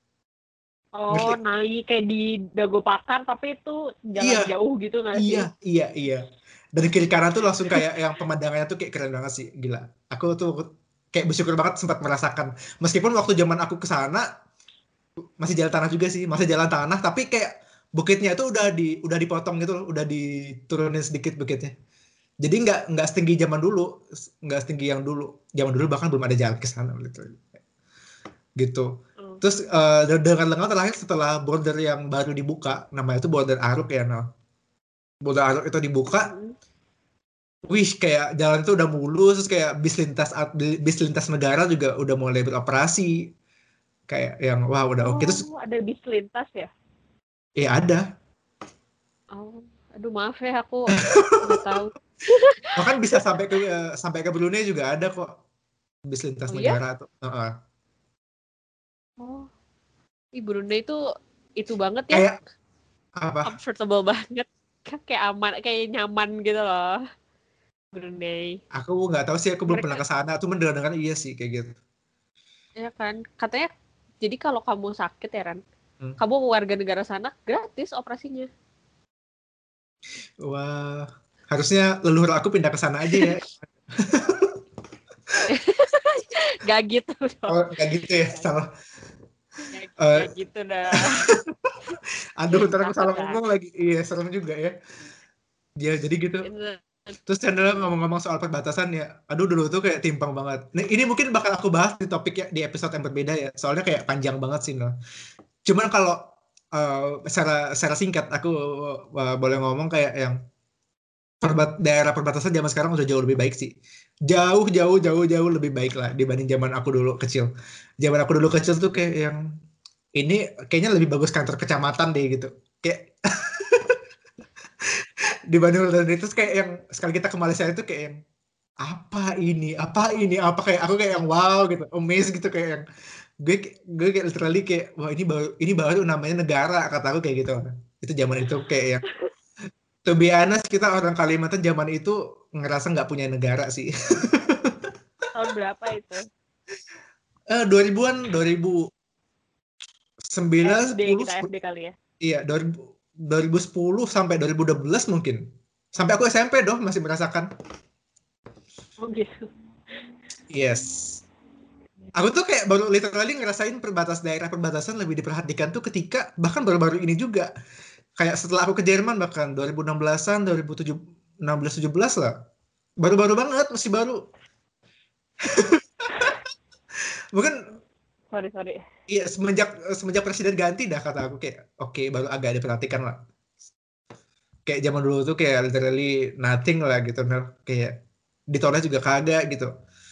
[SPEAKER 2] Oh,
[SPEAKER 1] ngerti?
[SPEAKER 2] naik kayak di Dago Pakar tapi itu jalan
[SPEAKER 1] Iya,
[SPEAKER 2] jauh gitu gak
[SPEAKER 1] iya,
[SPEAKER 2] sih?
[SPEAKER 1] iya. Dan kiri kanan tuh langsung kayak yang pemandangannya tuh kayak keren banget sih, gila. Aku tuh kayak bersyukur banget sempat merasakan. Meskipun waktu zaman aku ke sana masih jalan tanah juga sih, masih jalan tanah, tapi kayak bukitnya itu udah dipotong gitu loh, udah diturunin sedikit bukitnya. Jadi nggak setinggi zaman dulu, nggak setinggi yang dulu. Zaman dulu bahkan belum ada jalan ke sana gitu. Gitu.
[SPEAKER 2] Hmm.
[SPEAKER 1] Terus dengar-dengar terakhir setelah border yang baru dibuka, namanya itu border Aruk ya, Nal. Border Aruk itu dibuka,
[SPEAKER 2] Hmm.
[SPEAKER 1] wih kayak jalan itu udah mulus, terus kayak bis lintas negara juga udah mulai beroperasi. Kayak yang wah udah oke terus
[SPEAKER 2] Oh, ada bis lintas ya?
[SPEAKER 1] ya ada.
[SPEAKER 2] Oh, aduh maaf ya aku nggak tahu.
[SPEAKER 1] Bahkan bisa sampai ke Brunei juga ada kok bis lintas
[SPEAKER 2] Oh iya?
[SPEAKER 1] negara tuh. Heeh.
[SPEAKER 2] Oh, ih Brunei itu banget ya,
[SPEAKER 1] Kayak apa?
[SPEAKER 2] comfortable banget, kayak aman, kayak nyaman gitu loh Brunei.
[SPEAKER 1] Aku nggak tahu sih, aku belum pernah
[SPEAKER 2] Mereka
[SPEAKER 1] ke sana. Cuma dengar-dengar iya sih kayak gitu.
[SPEAKER 2] ya kan, katanya jadi kalau kamu sakit ya Ran,
[SPEAKER 1] Hmm.
[SPEAKER 2] kamu warga negara sana gratis operasinya.
[SPEAKER 1] Wah, harusnya leluhur aku pindah ke sana aja ya.
[SPEAKER 2] Gak gitu dong,
[SPEAKER 1] Oh, nggak gitu ya,
[SPEAKER 2] gak,
[SPEAKER 1] salah.
[SPEAKER 2] gak
[SPEAKER 1] Eh,
[SPEAKER 2] gitu dah.
[SPEAKER 1] aduh, ntar aku
[SPEAKER 2] Takut
[SPEAKER 1] salah
[SPEAKER 2] kan.
[SPEAKER 1] ngomong lagi. Iya, serem juga ya. Ya, jadi gitu. Terus channel ngomong-ngomong soal perbatasan ya, aduh dulu tuh kayak timpang banget. Nah, ini mungkin bakal aku bahas di topik ya di episode yang berbeda ya, soalnya kayak panjang banget sih, no. Cuman kalau secara singkat aku boleh ngomong kayak yang daerah perbatasan zaman sekarang udah jauh lebih baik sih. Jauh lebih baik lah dibanding zaman aku dulu kecil. Zaman aku dulu kecil tuh kayak yang ini kayaknya lebih bagus kantor kecamatan deh gitu. Kayak dibanding terus kayak yang sekali kita ke Malaysia itu kayak yang apa kayak aku kayak yang wow gitu amazed gitu kayak yang gue gue kayak literally kayak wah ini baru namanya negara kata aku kayak gitu itu zaman itu kayak yang to be honest kita orang Kalimantan zaman itu ngerasa nggak punya negara sih.
[SPEAKER 2] Tahun berapa itu?
[SPEAKER 1] 2000-an 2009
[SPEAKER 2] SD,
[SPEAKER 1] 10
[SPEAKER 2] kita SD kali ya.
[SPEAKER 1] iya 2010 sampai 2012 mungkin sampai aku SMP doh masih merasakan
[SPEAKER 2] Oh gitu.
[SPEAKER 1] yes Aku tuh kayak baru literally ngerasain daerah perbatasan lebih diperhatikan tuh ketika bahkan baru-baru ini juga. Kayak setelah aku ke Jerman bahkan 2016-an, 2016 17 lah. Baru-baru banget, masih baru. Mungkin
[SPEAKER 2] Sorry, sorry.
[SPEAKER 1] iya semenjak semenjak presiden ganti dah kata aku kayak oke, baru agak diperhatikan lah. Kayak zaman dulu tuh kayak literally nothing lah gitu, nah, kayak ditolak juga kagak gitu.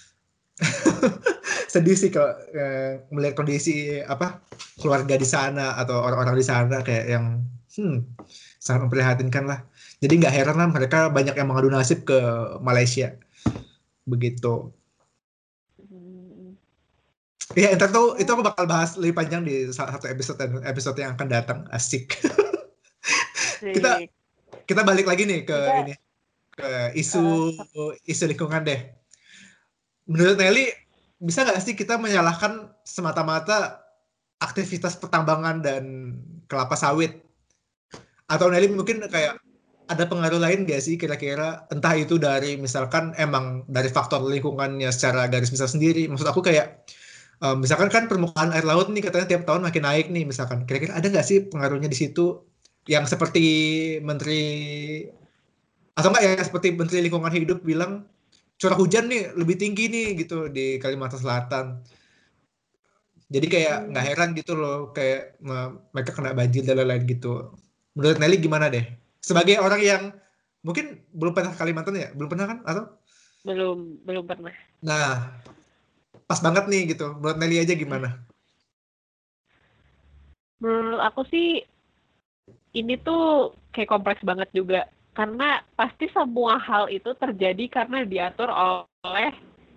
[SPEAKER 1] Sedih sih kalau melihat kondisi apa keluarga di sana atau orang-orang di sana kayak yang sangat memprihatinkan lah. Jadi nggak heran lah mereka banyak yang mengadu nasib ke Malaysia begitu.
[SPEAKER 2] Hmm,
[SPEAKER 1] Ya entar tuh itu
[SPEAKER 2] ya,
[SPEAKER 1] aku bakal bahas lebih panjang di salah satu episode yang akan datang. Asik. kita
[SPEAKER 2] sih.
[SPEAKER 1] kita balik lagi nih ke
[SPEAKER 2] Kita,
[SPEAKER 1] ini ke isu
[SPEAKER 2] uh,
[SPEAKER 1] isu lingkungan deh. Menurut Nelly bisa nggak sih kita menyalahkan semata-mata aktivitas pertambangan dan kelapa sawit? Atau Nelly mungkin kayak ada pengaruh lain gak sih kira-kira entah itu dari misalkan emang dari faktor lingkungannya secara garis besar sendiri. Maksud aku kayak misalkan kan permukaan air laut nih katanya tiap tahun makin naik nih misalkan. Kira-kira ada nggak sih pengaruhnya di situ yang seperti menteri atau enggak ya seperti menteri lingkungan hidup bilang curah hujan nih lebih tinggi nih gitu di Kalimantan Selatan. Jadi kayak nggak
[SPEAKER 2] hmm,
[SPEAKER 1] heran gitu loh kayak mereka kena banjir dan lain-lain gitu. Menurut Nelly gimana deh? Sebagai orang yang mungkin belum pernah ke Kalimantan ya, belum pernah kan? Atau?
[SPEAKER 2] belum pernah.
[SPEAKER 1] Nah, pas banget nih gitu. Menurut Nelly aja gimana?
[SPEAKER 2] Menurut aku sih ini tuh kayak kompleks banget juga. Karena pasti semua hal itu terjadi karena diatur oleh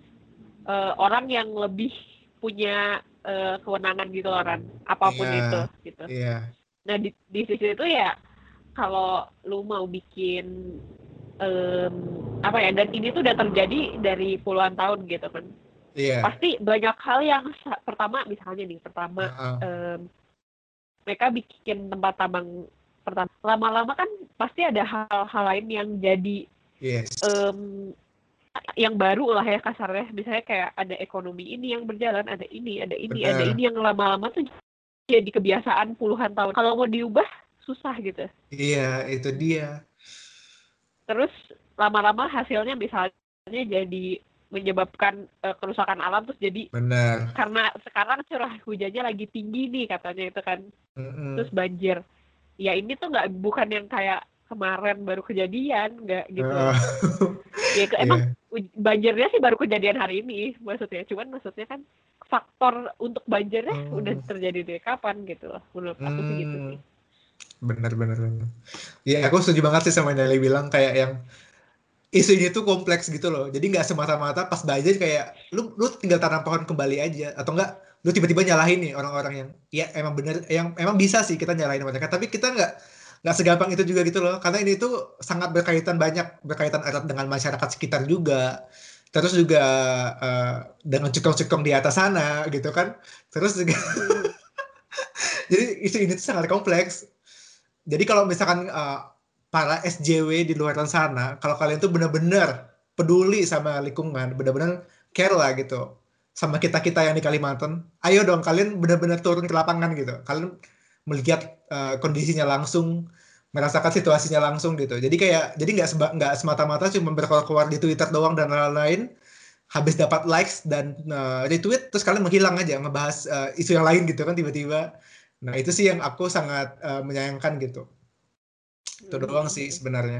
[SPEAKER 2] orang yang lebih punya kewenangan gitu orang
[SPEAKER 1] Iya,
[SPEAKER 2] apapun itu gitu.
[SPEAKER 1] iya,
[SPEAKER 2] Nah di sisi itu ya kalau lu mau bikin em, apa ya, dan ini tuh udah terjadi dari puluhan tahun gitu kan,
[SPEAKER 1] iya.
[SPEAKER 2] pasti banyak hal yang pertama misalnya nih pertama
[SPEAKER 1] Heeh.
[SPEAKER 2] mereka bikin tempat tambang pertama, lama-lama kan pasti ada hal-hal lain yang jadi
[SPEAKER 1] Yes.
[SPEAKER 2] em, yang baru lah ya kasarnya, misalnya kayak ada ekonomi ini yang berjalan, ada
[SPEAKER 1] Benar.
[SPEAKER 2] ini yang lama-lama tuh jadi kebiasaan puluhan tahun, kalau mau diubah susah gitu.
[SPEAKER 1] Iya, itu dia.
[SPEAKER 2] Terus lama-lama hasilnya misalnya jadi menyebabkan kerusakan alam, terus jadi
[SPEAKER 1] Benar.
[SPEAKER 2] karena sekarang curah hujannya lagi tinggi nih katanya itu kan, terus
[SPEAKER 1] Mm-mm.
[SPEAKER 2] banjir. Ya ini tuh nggak, bukan yang kayak kemarin baru kejadian, nggak gitu loh.
[SPEAKER 1] Heeh.
[SPEAKER 2] Ya emang
[SPEAKER 1] Iya.
[SPEAKER 2] banjirnya sih baru kejadian hari ini maksudnya, cuman maksudnya kan faktor untuk banjirnya udah
[SPEAKER 1] Hmm.
[SPEAKER 2] terjadi dari kapan gitu loh, menurut aku sih gitu
[SPEAKER 1] Hmm.
[SPEAKER 2] sih.
[SPEAKER 1] Benar, benar, benar. Iya, aku setuju banget sih sama Nelly bilang kayak yang isu ini tuh kompleks gitu loh. Jadi nggak semata-mata pas banjir kayak lu tinggal tanam pohon kembali aja atau enggak lu tiba-tiba nyalahin nih orang-orang yang ya emang bener yang emang bisa sih kita nyalahin mereka tapi kita nggak segampang itu juga gitu loh karena ini tuh sangat berkaitan erat dengan masyarakat sekitar juga terus juga eh, dengan cekong-cekong di atas sana gitu kan terus juga
[SPEAKER 2] Hmm.
[SPEAKER 1] jadi isu ini tuh sangat kompleks jadi kalau misalkan para SJW di luar sana, kalau kalian tuh benar-benar peduli sama lingkungan, benar-benar care lah gitu, sama kita-kita yang di Kalimantan, ayo dong kalian benar-benar turun ke lapangan gitu. Kalian melihat kondisinya langsung, merasakan situasinya langsung gitu. Jadi nggak semata-mata cuma berkeluar di Twitter doang dan lain-lain, habis dapat likes dan retweet terus kalian menghilang aja ngebahas isu yang lain gitu kan tiba-tiba. Nah, itu sih yang aku sangat menyayangkan gitu. Itu doang sih
[SPEAKER 2] Hmm.
[SPEAKER 1] sebenarnya.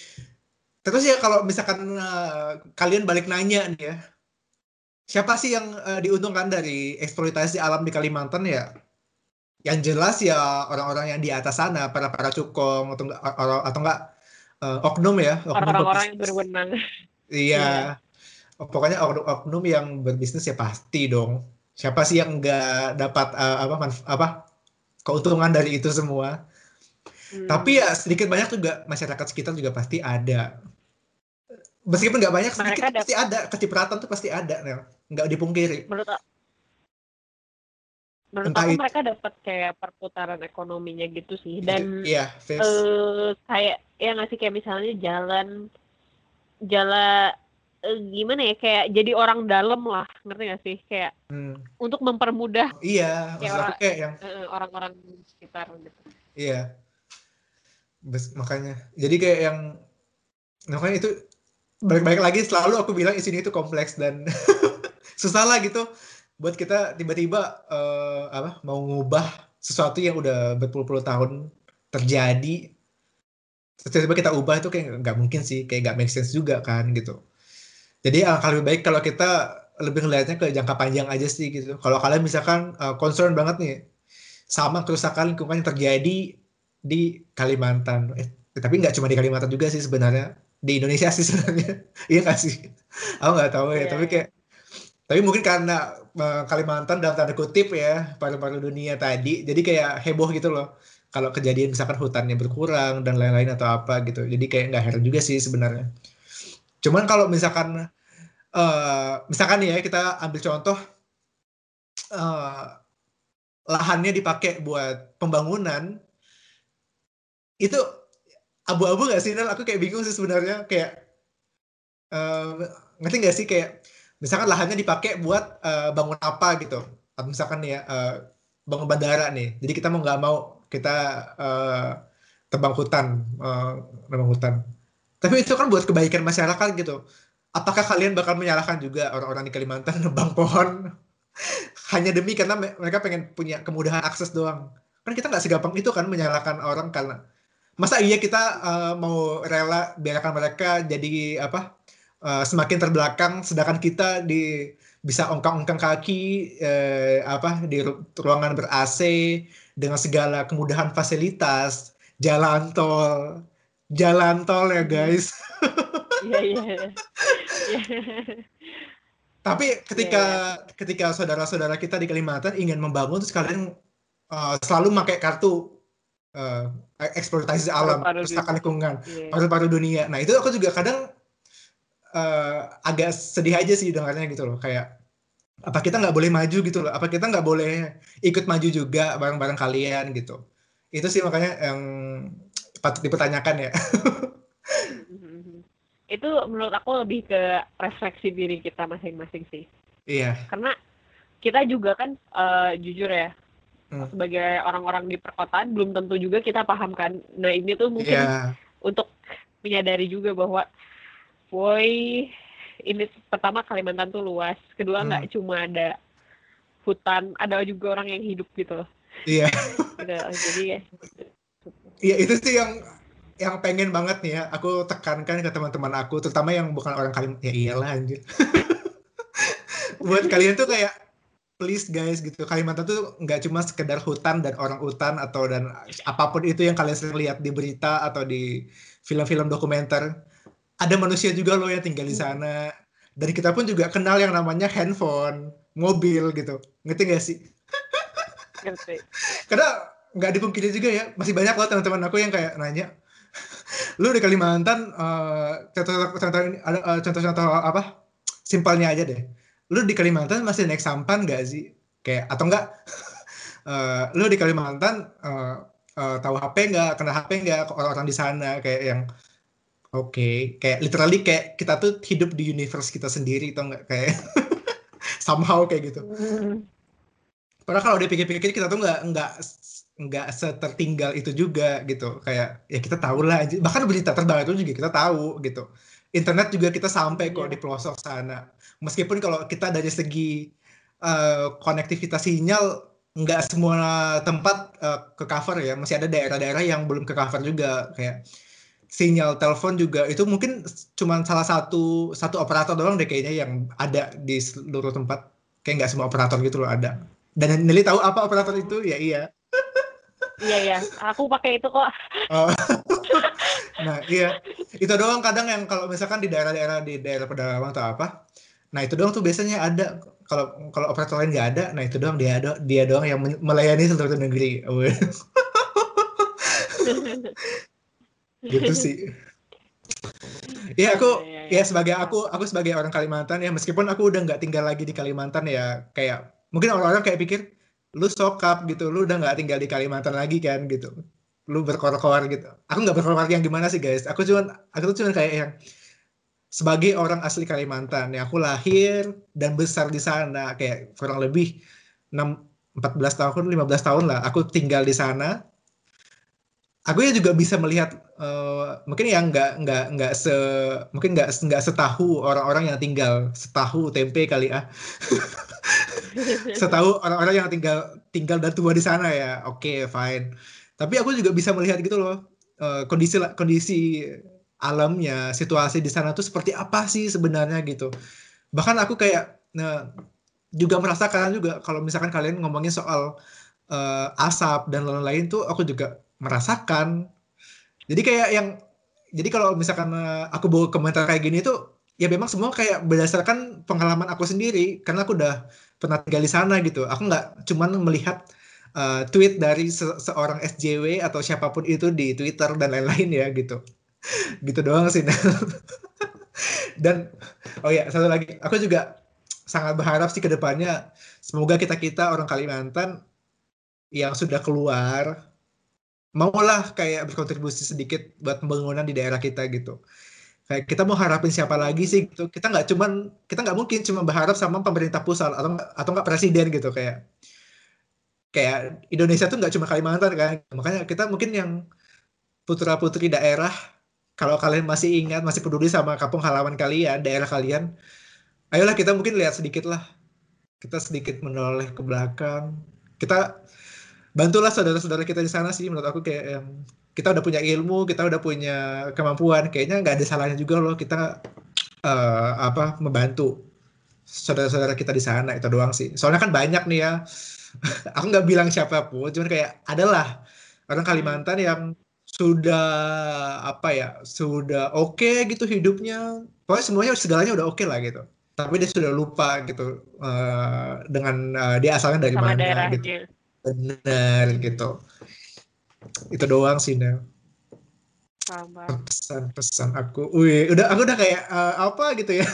[SPEAKER 1] Terus ya kalau misalkan kalian balik nanya nih ya, siapa sih yang diuntungkan dari eksploitasi alam di Kalimantan ya? Yang jelas ya orang-orang yang di atas sana, para cukong atau enggak oknum ya, oknum
[SPEAKER 2] Orang-orang yang
[SPEAKER 1] pebisnis.
[SPEAKER 2] berwenang.
[SPEAKER 1] Iya,
[SPEAKER 2] Iya.
[SPEAKER 1] pokoknya oknum yang berbisnis ya pasti dong. Siapa sih yang nggak dapat apa keuntungan dari itu semua? Tapi
[SPEAKER 2] Hmm.
[SPEAKER 1] ya sedikit banyak juga masyarakat sekitar juga pasti ada. Meskipun nggak banyak sedikit
[SPEAKER 2] Mereka
[SPEAKER 1] pasti ada kecipratan tuh pasti ada Nel nggak dipungkiri
[SPEAKER 2] menurut menurut
[SPEAKER 1] entah
[SPEAKER 2] aku
[SPEAKER 1] itu
[SPEAKER 2] mereka dapat kayak perputaran ekonominya gitu sih,
[SPEAKER 1] itu
[SPEAKER 2] dan
[SPEAKER 1] iya Fibs
[SPEAKER 2] kayak ya nggak sih, kayak misalnya jalan jalan gimana ya, kayak jadi orang dalam lah, ngerti gak sih, kayak untuk mempermudah
[SPEAKER 1] Iya, maksud aku kayak yang
[SPEAKER 2] orang-orang sekitar gitu.
[SPEAKER 1] Iya, makanya jadi kayak yang makanya itu balik-balik lagi selalu aku bilang isinya itu kompleks dan susah lah gitu buat kita tiba-tiba mau ngubah sesuatu yang udah berpuluh-puluh tahun terjadi terus tiba-tiba kita ubah itu kayak nggak mungkin sih, kayak nggak make sense juga kan gitu. Jadi alangkah lebih baik kalau kita lebih ngelihatnya ke jangka panjang aja sih gitu. Kalau kalian misalkan concern banget nih sama kerusakan lingkungan yang terjadi di Kalimantan, tapi nggak cuma di Kalimantan juga sih sebenarnya, di Indonesia sih sebenarnya. Iya nggak sih? Aku nggak tahu ya, tapi kayak tapi mungkin karena Kalimantan dalam tanda kutip ya paru-paru dunia tadi, jadi kayak heboh gitu loh. Kalau kejadian misalkan hutannya berkurang dan lain-lain atau apa gitu, jadi kayak nggak heran juga sih sebenarnya. Cuman kalau misalkan ya kita ambil contoh eh, lahannya dipakai buat pembangunan, itu abu-abu nggak sih Nel? Aku kayak bingung sih sebenarnya, kayak eh, ngerti nggak sih, kayak misalkan lahannya dipakai buat bangun apa gitu, atau misalkan ya bangun bandara nih, jadi kita mau nggak mau kita eh, tebang hutan, eh, tebang hutan, tapi itu kan buat kebaikan masyarakat gitu. Apakah kalian bakal menyalahkan juga orang-orang di Kalimantan nebang pohon hanya demi karena mereka pengen punya kemudahan akses doang? Kan kita nggak segampang itu kan menyalahkan orang, karena masa iya kita mau rela biarkan mereka jadi apa semakin terbelakang, sedangkan kita bisa ongkang-ongkang kaki di ruangan ber-AC dengan segala kemudahan fasilitas, jalan tol, ya guys.
[SPEAKER 2] Iya, iya.
[SPEAKER 1] Tapi
[SPEAKER 2] Iya, iya.
[SPEAKER 1] ketika saudara-saudara kita di Kalimantan ingin membangun, terus kalian selalu pakai kartu uh, eksploitasi alam,
[SPEAKER 2] Paru-paru
[SPEAKER 1] kerusakan
[SPEAKER 2] dunia.
[SPEAKER 1] lingkungan,
[SPEAKER 2] Iya.
[SPEAKER 1] paru-paru dunia. Nah itu aku juga kadang agak sedih aja sih dengarnya gitu loh. Kayak apa kita nggak boleh maju gitu loh? Apa kita nggak boleh ikut maju juga bareng-bareng kalian gitu? Itu sih makanya yang patut dipertanyakan ya.
[SPEAKER 2] Mhm. Itu menurut aku lebih ke refleksi diri kita masing-masing sih.
[SPEAKER 1] Iya.
[SPEAKER 2] Karena kita juga kan jujur ya, sebagai orang-orang di perkotaan belum tentu juga kita paham kan. Nah ini tuh mungkin
[SPEAKER 1] Iya.
[SPEAKER 2] untuk menyadari juga bahwa, woi, ini pertama Kalimantan tuh luas, kedua nggak cuma ada hutan, ada juga orang yang hidup gitu.
[SPEAKER 1] Iya.
[SPEAKER 2] Gitu. Jadi
[SPEAKER 1] Iya itu sih yang pengen banget nih ya aku tekankan ke teman-teman aku, terutama yang bukan orang Kalimantan. Ya iyalah anjir. Buat kalian tuh kayak please guys gitu, Kalimantan tuh nggak cuma sekedar hutan dan orang hutan dan apapun itu yang kalian sering lihat di berita atau di film-film dokumenter. Ada manusia juga loh yang tinggal di sana. Dan kita pun juga kenal yang namanya handphone, mobil gitu. Ngerti gak sih?
[SPEAKER 2] ngerti.
[SPEAKER 1] Karena nggak dipungkiri juga ya, masih banyak loh teman-teman aku yang kayak nanya, lu di Kalimantan, contoh-contoh ini ada contoh-contoh apa? Simpelnya aja deh. Lu di Kalimantan masih naik sampan nggak sih? Kayak atau enggak? Lu di Kalimantan tahu HP nggak? Kena HP nggak ke orang-orang di sana? Kayak yang oke, kayak literally kayak kita tuh hidup di universe kita sendiri, tau nggak? Kayak somehow kayak gitu. Padahal kalau dipikir-pikir kita tuh nggak setertinggal itu juga gitu. Kayak ya kita tahu lah, bahkan berita terbaru juga kita tahu gitu. Internet juga kita sampai kok di
[SPEAKER 2] Iya.
[SPEAKER 1] pelosok sana. Meskipun kalau kita dari segi konektivitas sinyal nggak semua tempat ke cover ya, masih ada daerah-daerah yang belum ke cover juga. Kayak sinyal telepon juga itu mungkin cuma salah satu operator doang deh kayaknya yang ada di seluruh tempat. Kayak nggak semua operator gitu loh ada. Dan Nelly tahu apa operator itu? Ya iya.
[SPEAKER 2] Iya, iya. Aku pakai itu kok.
[SPEAKER 1] Oh, nah iya. Itu doang kadang yang kalau misalkan di daerah pedalaman atau apa. Nah itu doang tuh biasanya ada. Kalau kalau operator lain nggak ada, nah itu doang dia doang yang melayani seluruh negeri. Gitu sih. Ya aku
[SPEAKER 2] Iya, iya,
[SPEAKER 1] ya
[SPEAKER 2] iya.
[SPEAKER 1] sebagai
[SPEAKER 2] Paham.
[SPEAKER 1] aku sebagai orang Kalimantan ya, meskipun aku udah nggak tinggal lagi di Kalimantan ya, kayak mungkin orang-orang kayak pikir lu sokap gitu, lu udah nggak tinggal di Kalimantan lagi kan gitu, lu berkor-kor gitu. Aku nggak berkor yang gimana sih guys, aku tuh cuman kayak yang sebagai orang asli Kalimantan, ya aku lahir dan besar di sana, kayak kurang lebih 14 tahun, 15 tahun lah, aku tinggal di sana. Aku ya juga bisa melihat mungkin ya nggak mungkin nggak setahu orang-orang yang tinggal setahu tempe kali ah. Setahu orang-orang yang tinggal tinggal dan tua di sana ya. Oke, fine. Tapi aku juga bisa melihat gitu loh kondisi kondisi alamnya, situasi di sana tuh seperti apa sih sebenarnya gitu. Bahkan aku kayak juga merasakan juga kalau misalkan kalian ngomongin soal asap dan lain-lain tuh aku juga merasakan. Jadi kayak yang jadi kalau misalkan aku bawa komentar kayak gini tuh ya memang semua kayak berdasarkan pengalaman aku sendiri karena aku udah pernah tinggal di sana gitu. Aku nggak cuman melihat tweet dari seorang SJW atau siapapun itu di Twitter dan lain-lain ya gitu. Gitu doang sih. Dan oh ya satu lagi, aku juga sangat berharap sih ke depannya semoga kita-kita orang Kalimantan yang sudah keluar maulah kayak berkontribusi sedikit buat pembangunan di daerah kita gitu. Kayak kita mau harapin siapa lagi sih gitu. Kita nggak mungkin cuma berharap sama pemerintah pusat atau nggak presiden gitu kayak kayak Indonesia tuh nggak cuma Kalimantan kan. Makanya kita mungkin yang putra-putri daerah kalau kalian masih ingat, masih peduli sama kampung halaman kalian, daerah kalian, ayolah kita mungkin lihat sedikit lah. Kita sedikit menoleh ke belakang. Kita bantulah saudara-saudara kita di sana sih menurut aku kayak kita udah punya ilmu, kita udah punya kemampuan, kayaknya nggak ada salahnya juga loh kita membantu saudara-saudara kita di sana itu doang sih. Soalnya kan banyak nih ya. Aku nggak bilang siapapun, cuman kayak adalah orang Kalimantan yang sudah sudah oke gitu hidupnya. Pokoknya semuanya segalanya udah oke lah gitu. Tapi dia sudah lupa gitu dengan dia asalnya dari
[SPEAKER 2] sama
[SPEAKER 1] mana gitu.
[SPEAKER 2] daerahnya.
[SPEAKER 1] Bener gitu. Itu doang sih, Nel.
[SPEAKER 2] Paham.
[SPEAKER 1] Pesan-pesan aku. Wih, aku udah kayak apa gitu ya.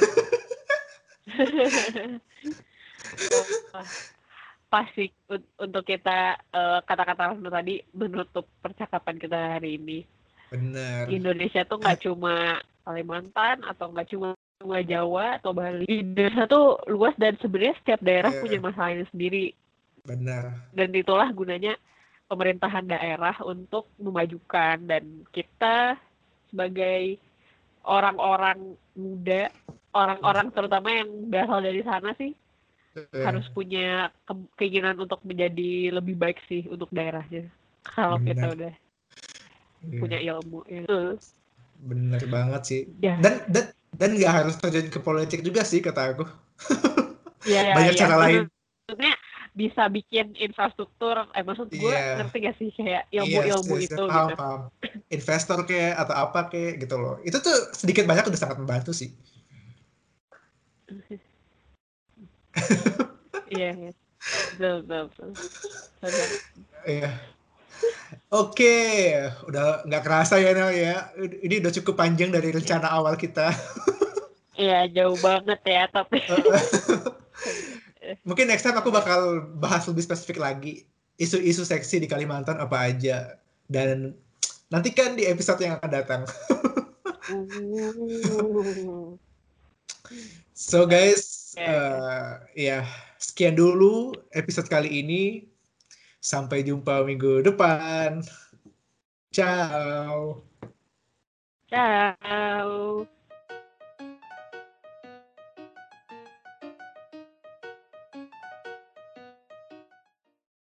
[SPEAKER 2] Wah, pas sih untuk kita kata-kata Wisnu tadi menutup percakapan kita hari ini.
[SPEAKER 1] Bener.
[SPEAKER 2] Indonesia tuh nggak cuma Kalimantan atau nggak cuma Jawa atau Bali. Indonesia tuh luas dan sebenarnya setiap daerah punya
[SPEAKER 1] Iya,
[SPEAKER 2] masalahnya sendiri.
[SPEAKER 1] benar.
[SPEAKER 2] Dan itulah gunanya pemerintahan daerah untuk memajukan, dan kita sebagai orang-orang muda, orang-orang terutama yang berasal dari sana sih harus
[SPEAKER 1] Iya,
[SPEAKER 2] punya keinginan untuk menjadi lebih baik sih untuk daerahnya. Kalau kita
[SPEAKER 1] benar.
[SPEAKER 2] udah punya
[SPEAKER 1] Iya,
[SPEAKER 2] ilmu itu.
[SPEAKER 1] benar banget sih.
[SPEAKER 2] Ya,
[SPEAKER 1] Dan nggak harus terjun ke politik juga sih kata aku.
[SPEAKER 2] ya, ya,
[SPEAKER 1] Banyak
[SPEAKER 2] ya.
[SPEAKER 1] cara lain.
[SPEAKER 2] Maksudnya bisa bikin infrastruktur, maksud gue
[SPEAKER 1] Iya,
[SPEAKER 2] ngerti gak sih kayak
[SPEAKER 1] iya,
[SPEAKER 2] ilmu-ilmu itu
[SPEAKER 1] paham,
[SPEAKER 2] gitu.
[SPEAKER 1] paham. Investor kayak atau apa kayak gitu loh. Itu tuh sedikit banyak udah sangat membantu sih.
[SPEAKER 2] Iya, iya. Betul, betul, betul. Betul.
[SPEAKER 1] Iya. Oke, udah nggak kerasa ya Nel ya. Ini udah cukup panjang dari rencana awal kita.
[SPEAKER 2] Iya, jauh banget ya, tapi
[SPEAKER 1] Mungkin next time aku
[SPEAKER 2] oke.
[SPEAKER 1] bakal bahas lebih spesifik lagi isu-isu seksi di Kalimantan apa aja. Dan nantikan di episode yang akan datang.
[SPEAKER 2] Uh,
[SPEAKER 1] So guys,
[SPEAKER 2] oke.
[SPEAKER 1] ya sekian dulu episode kali ini. Sampai jumpa minggu depan. Ciao.
[SPEAKER 2] Ciao.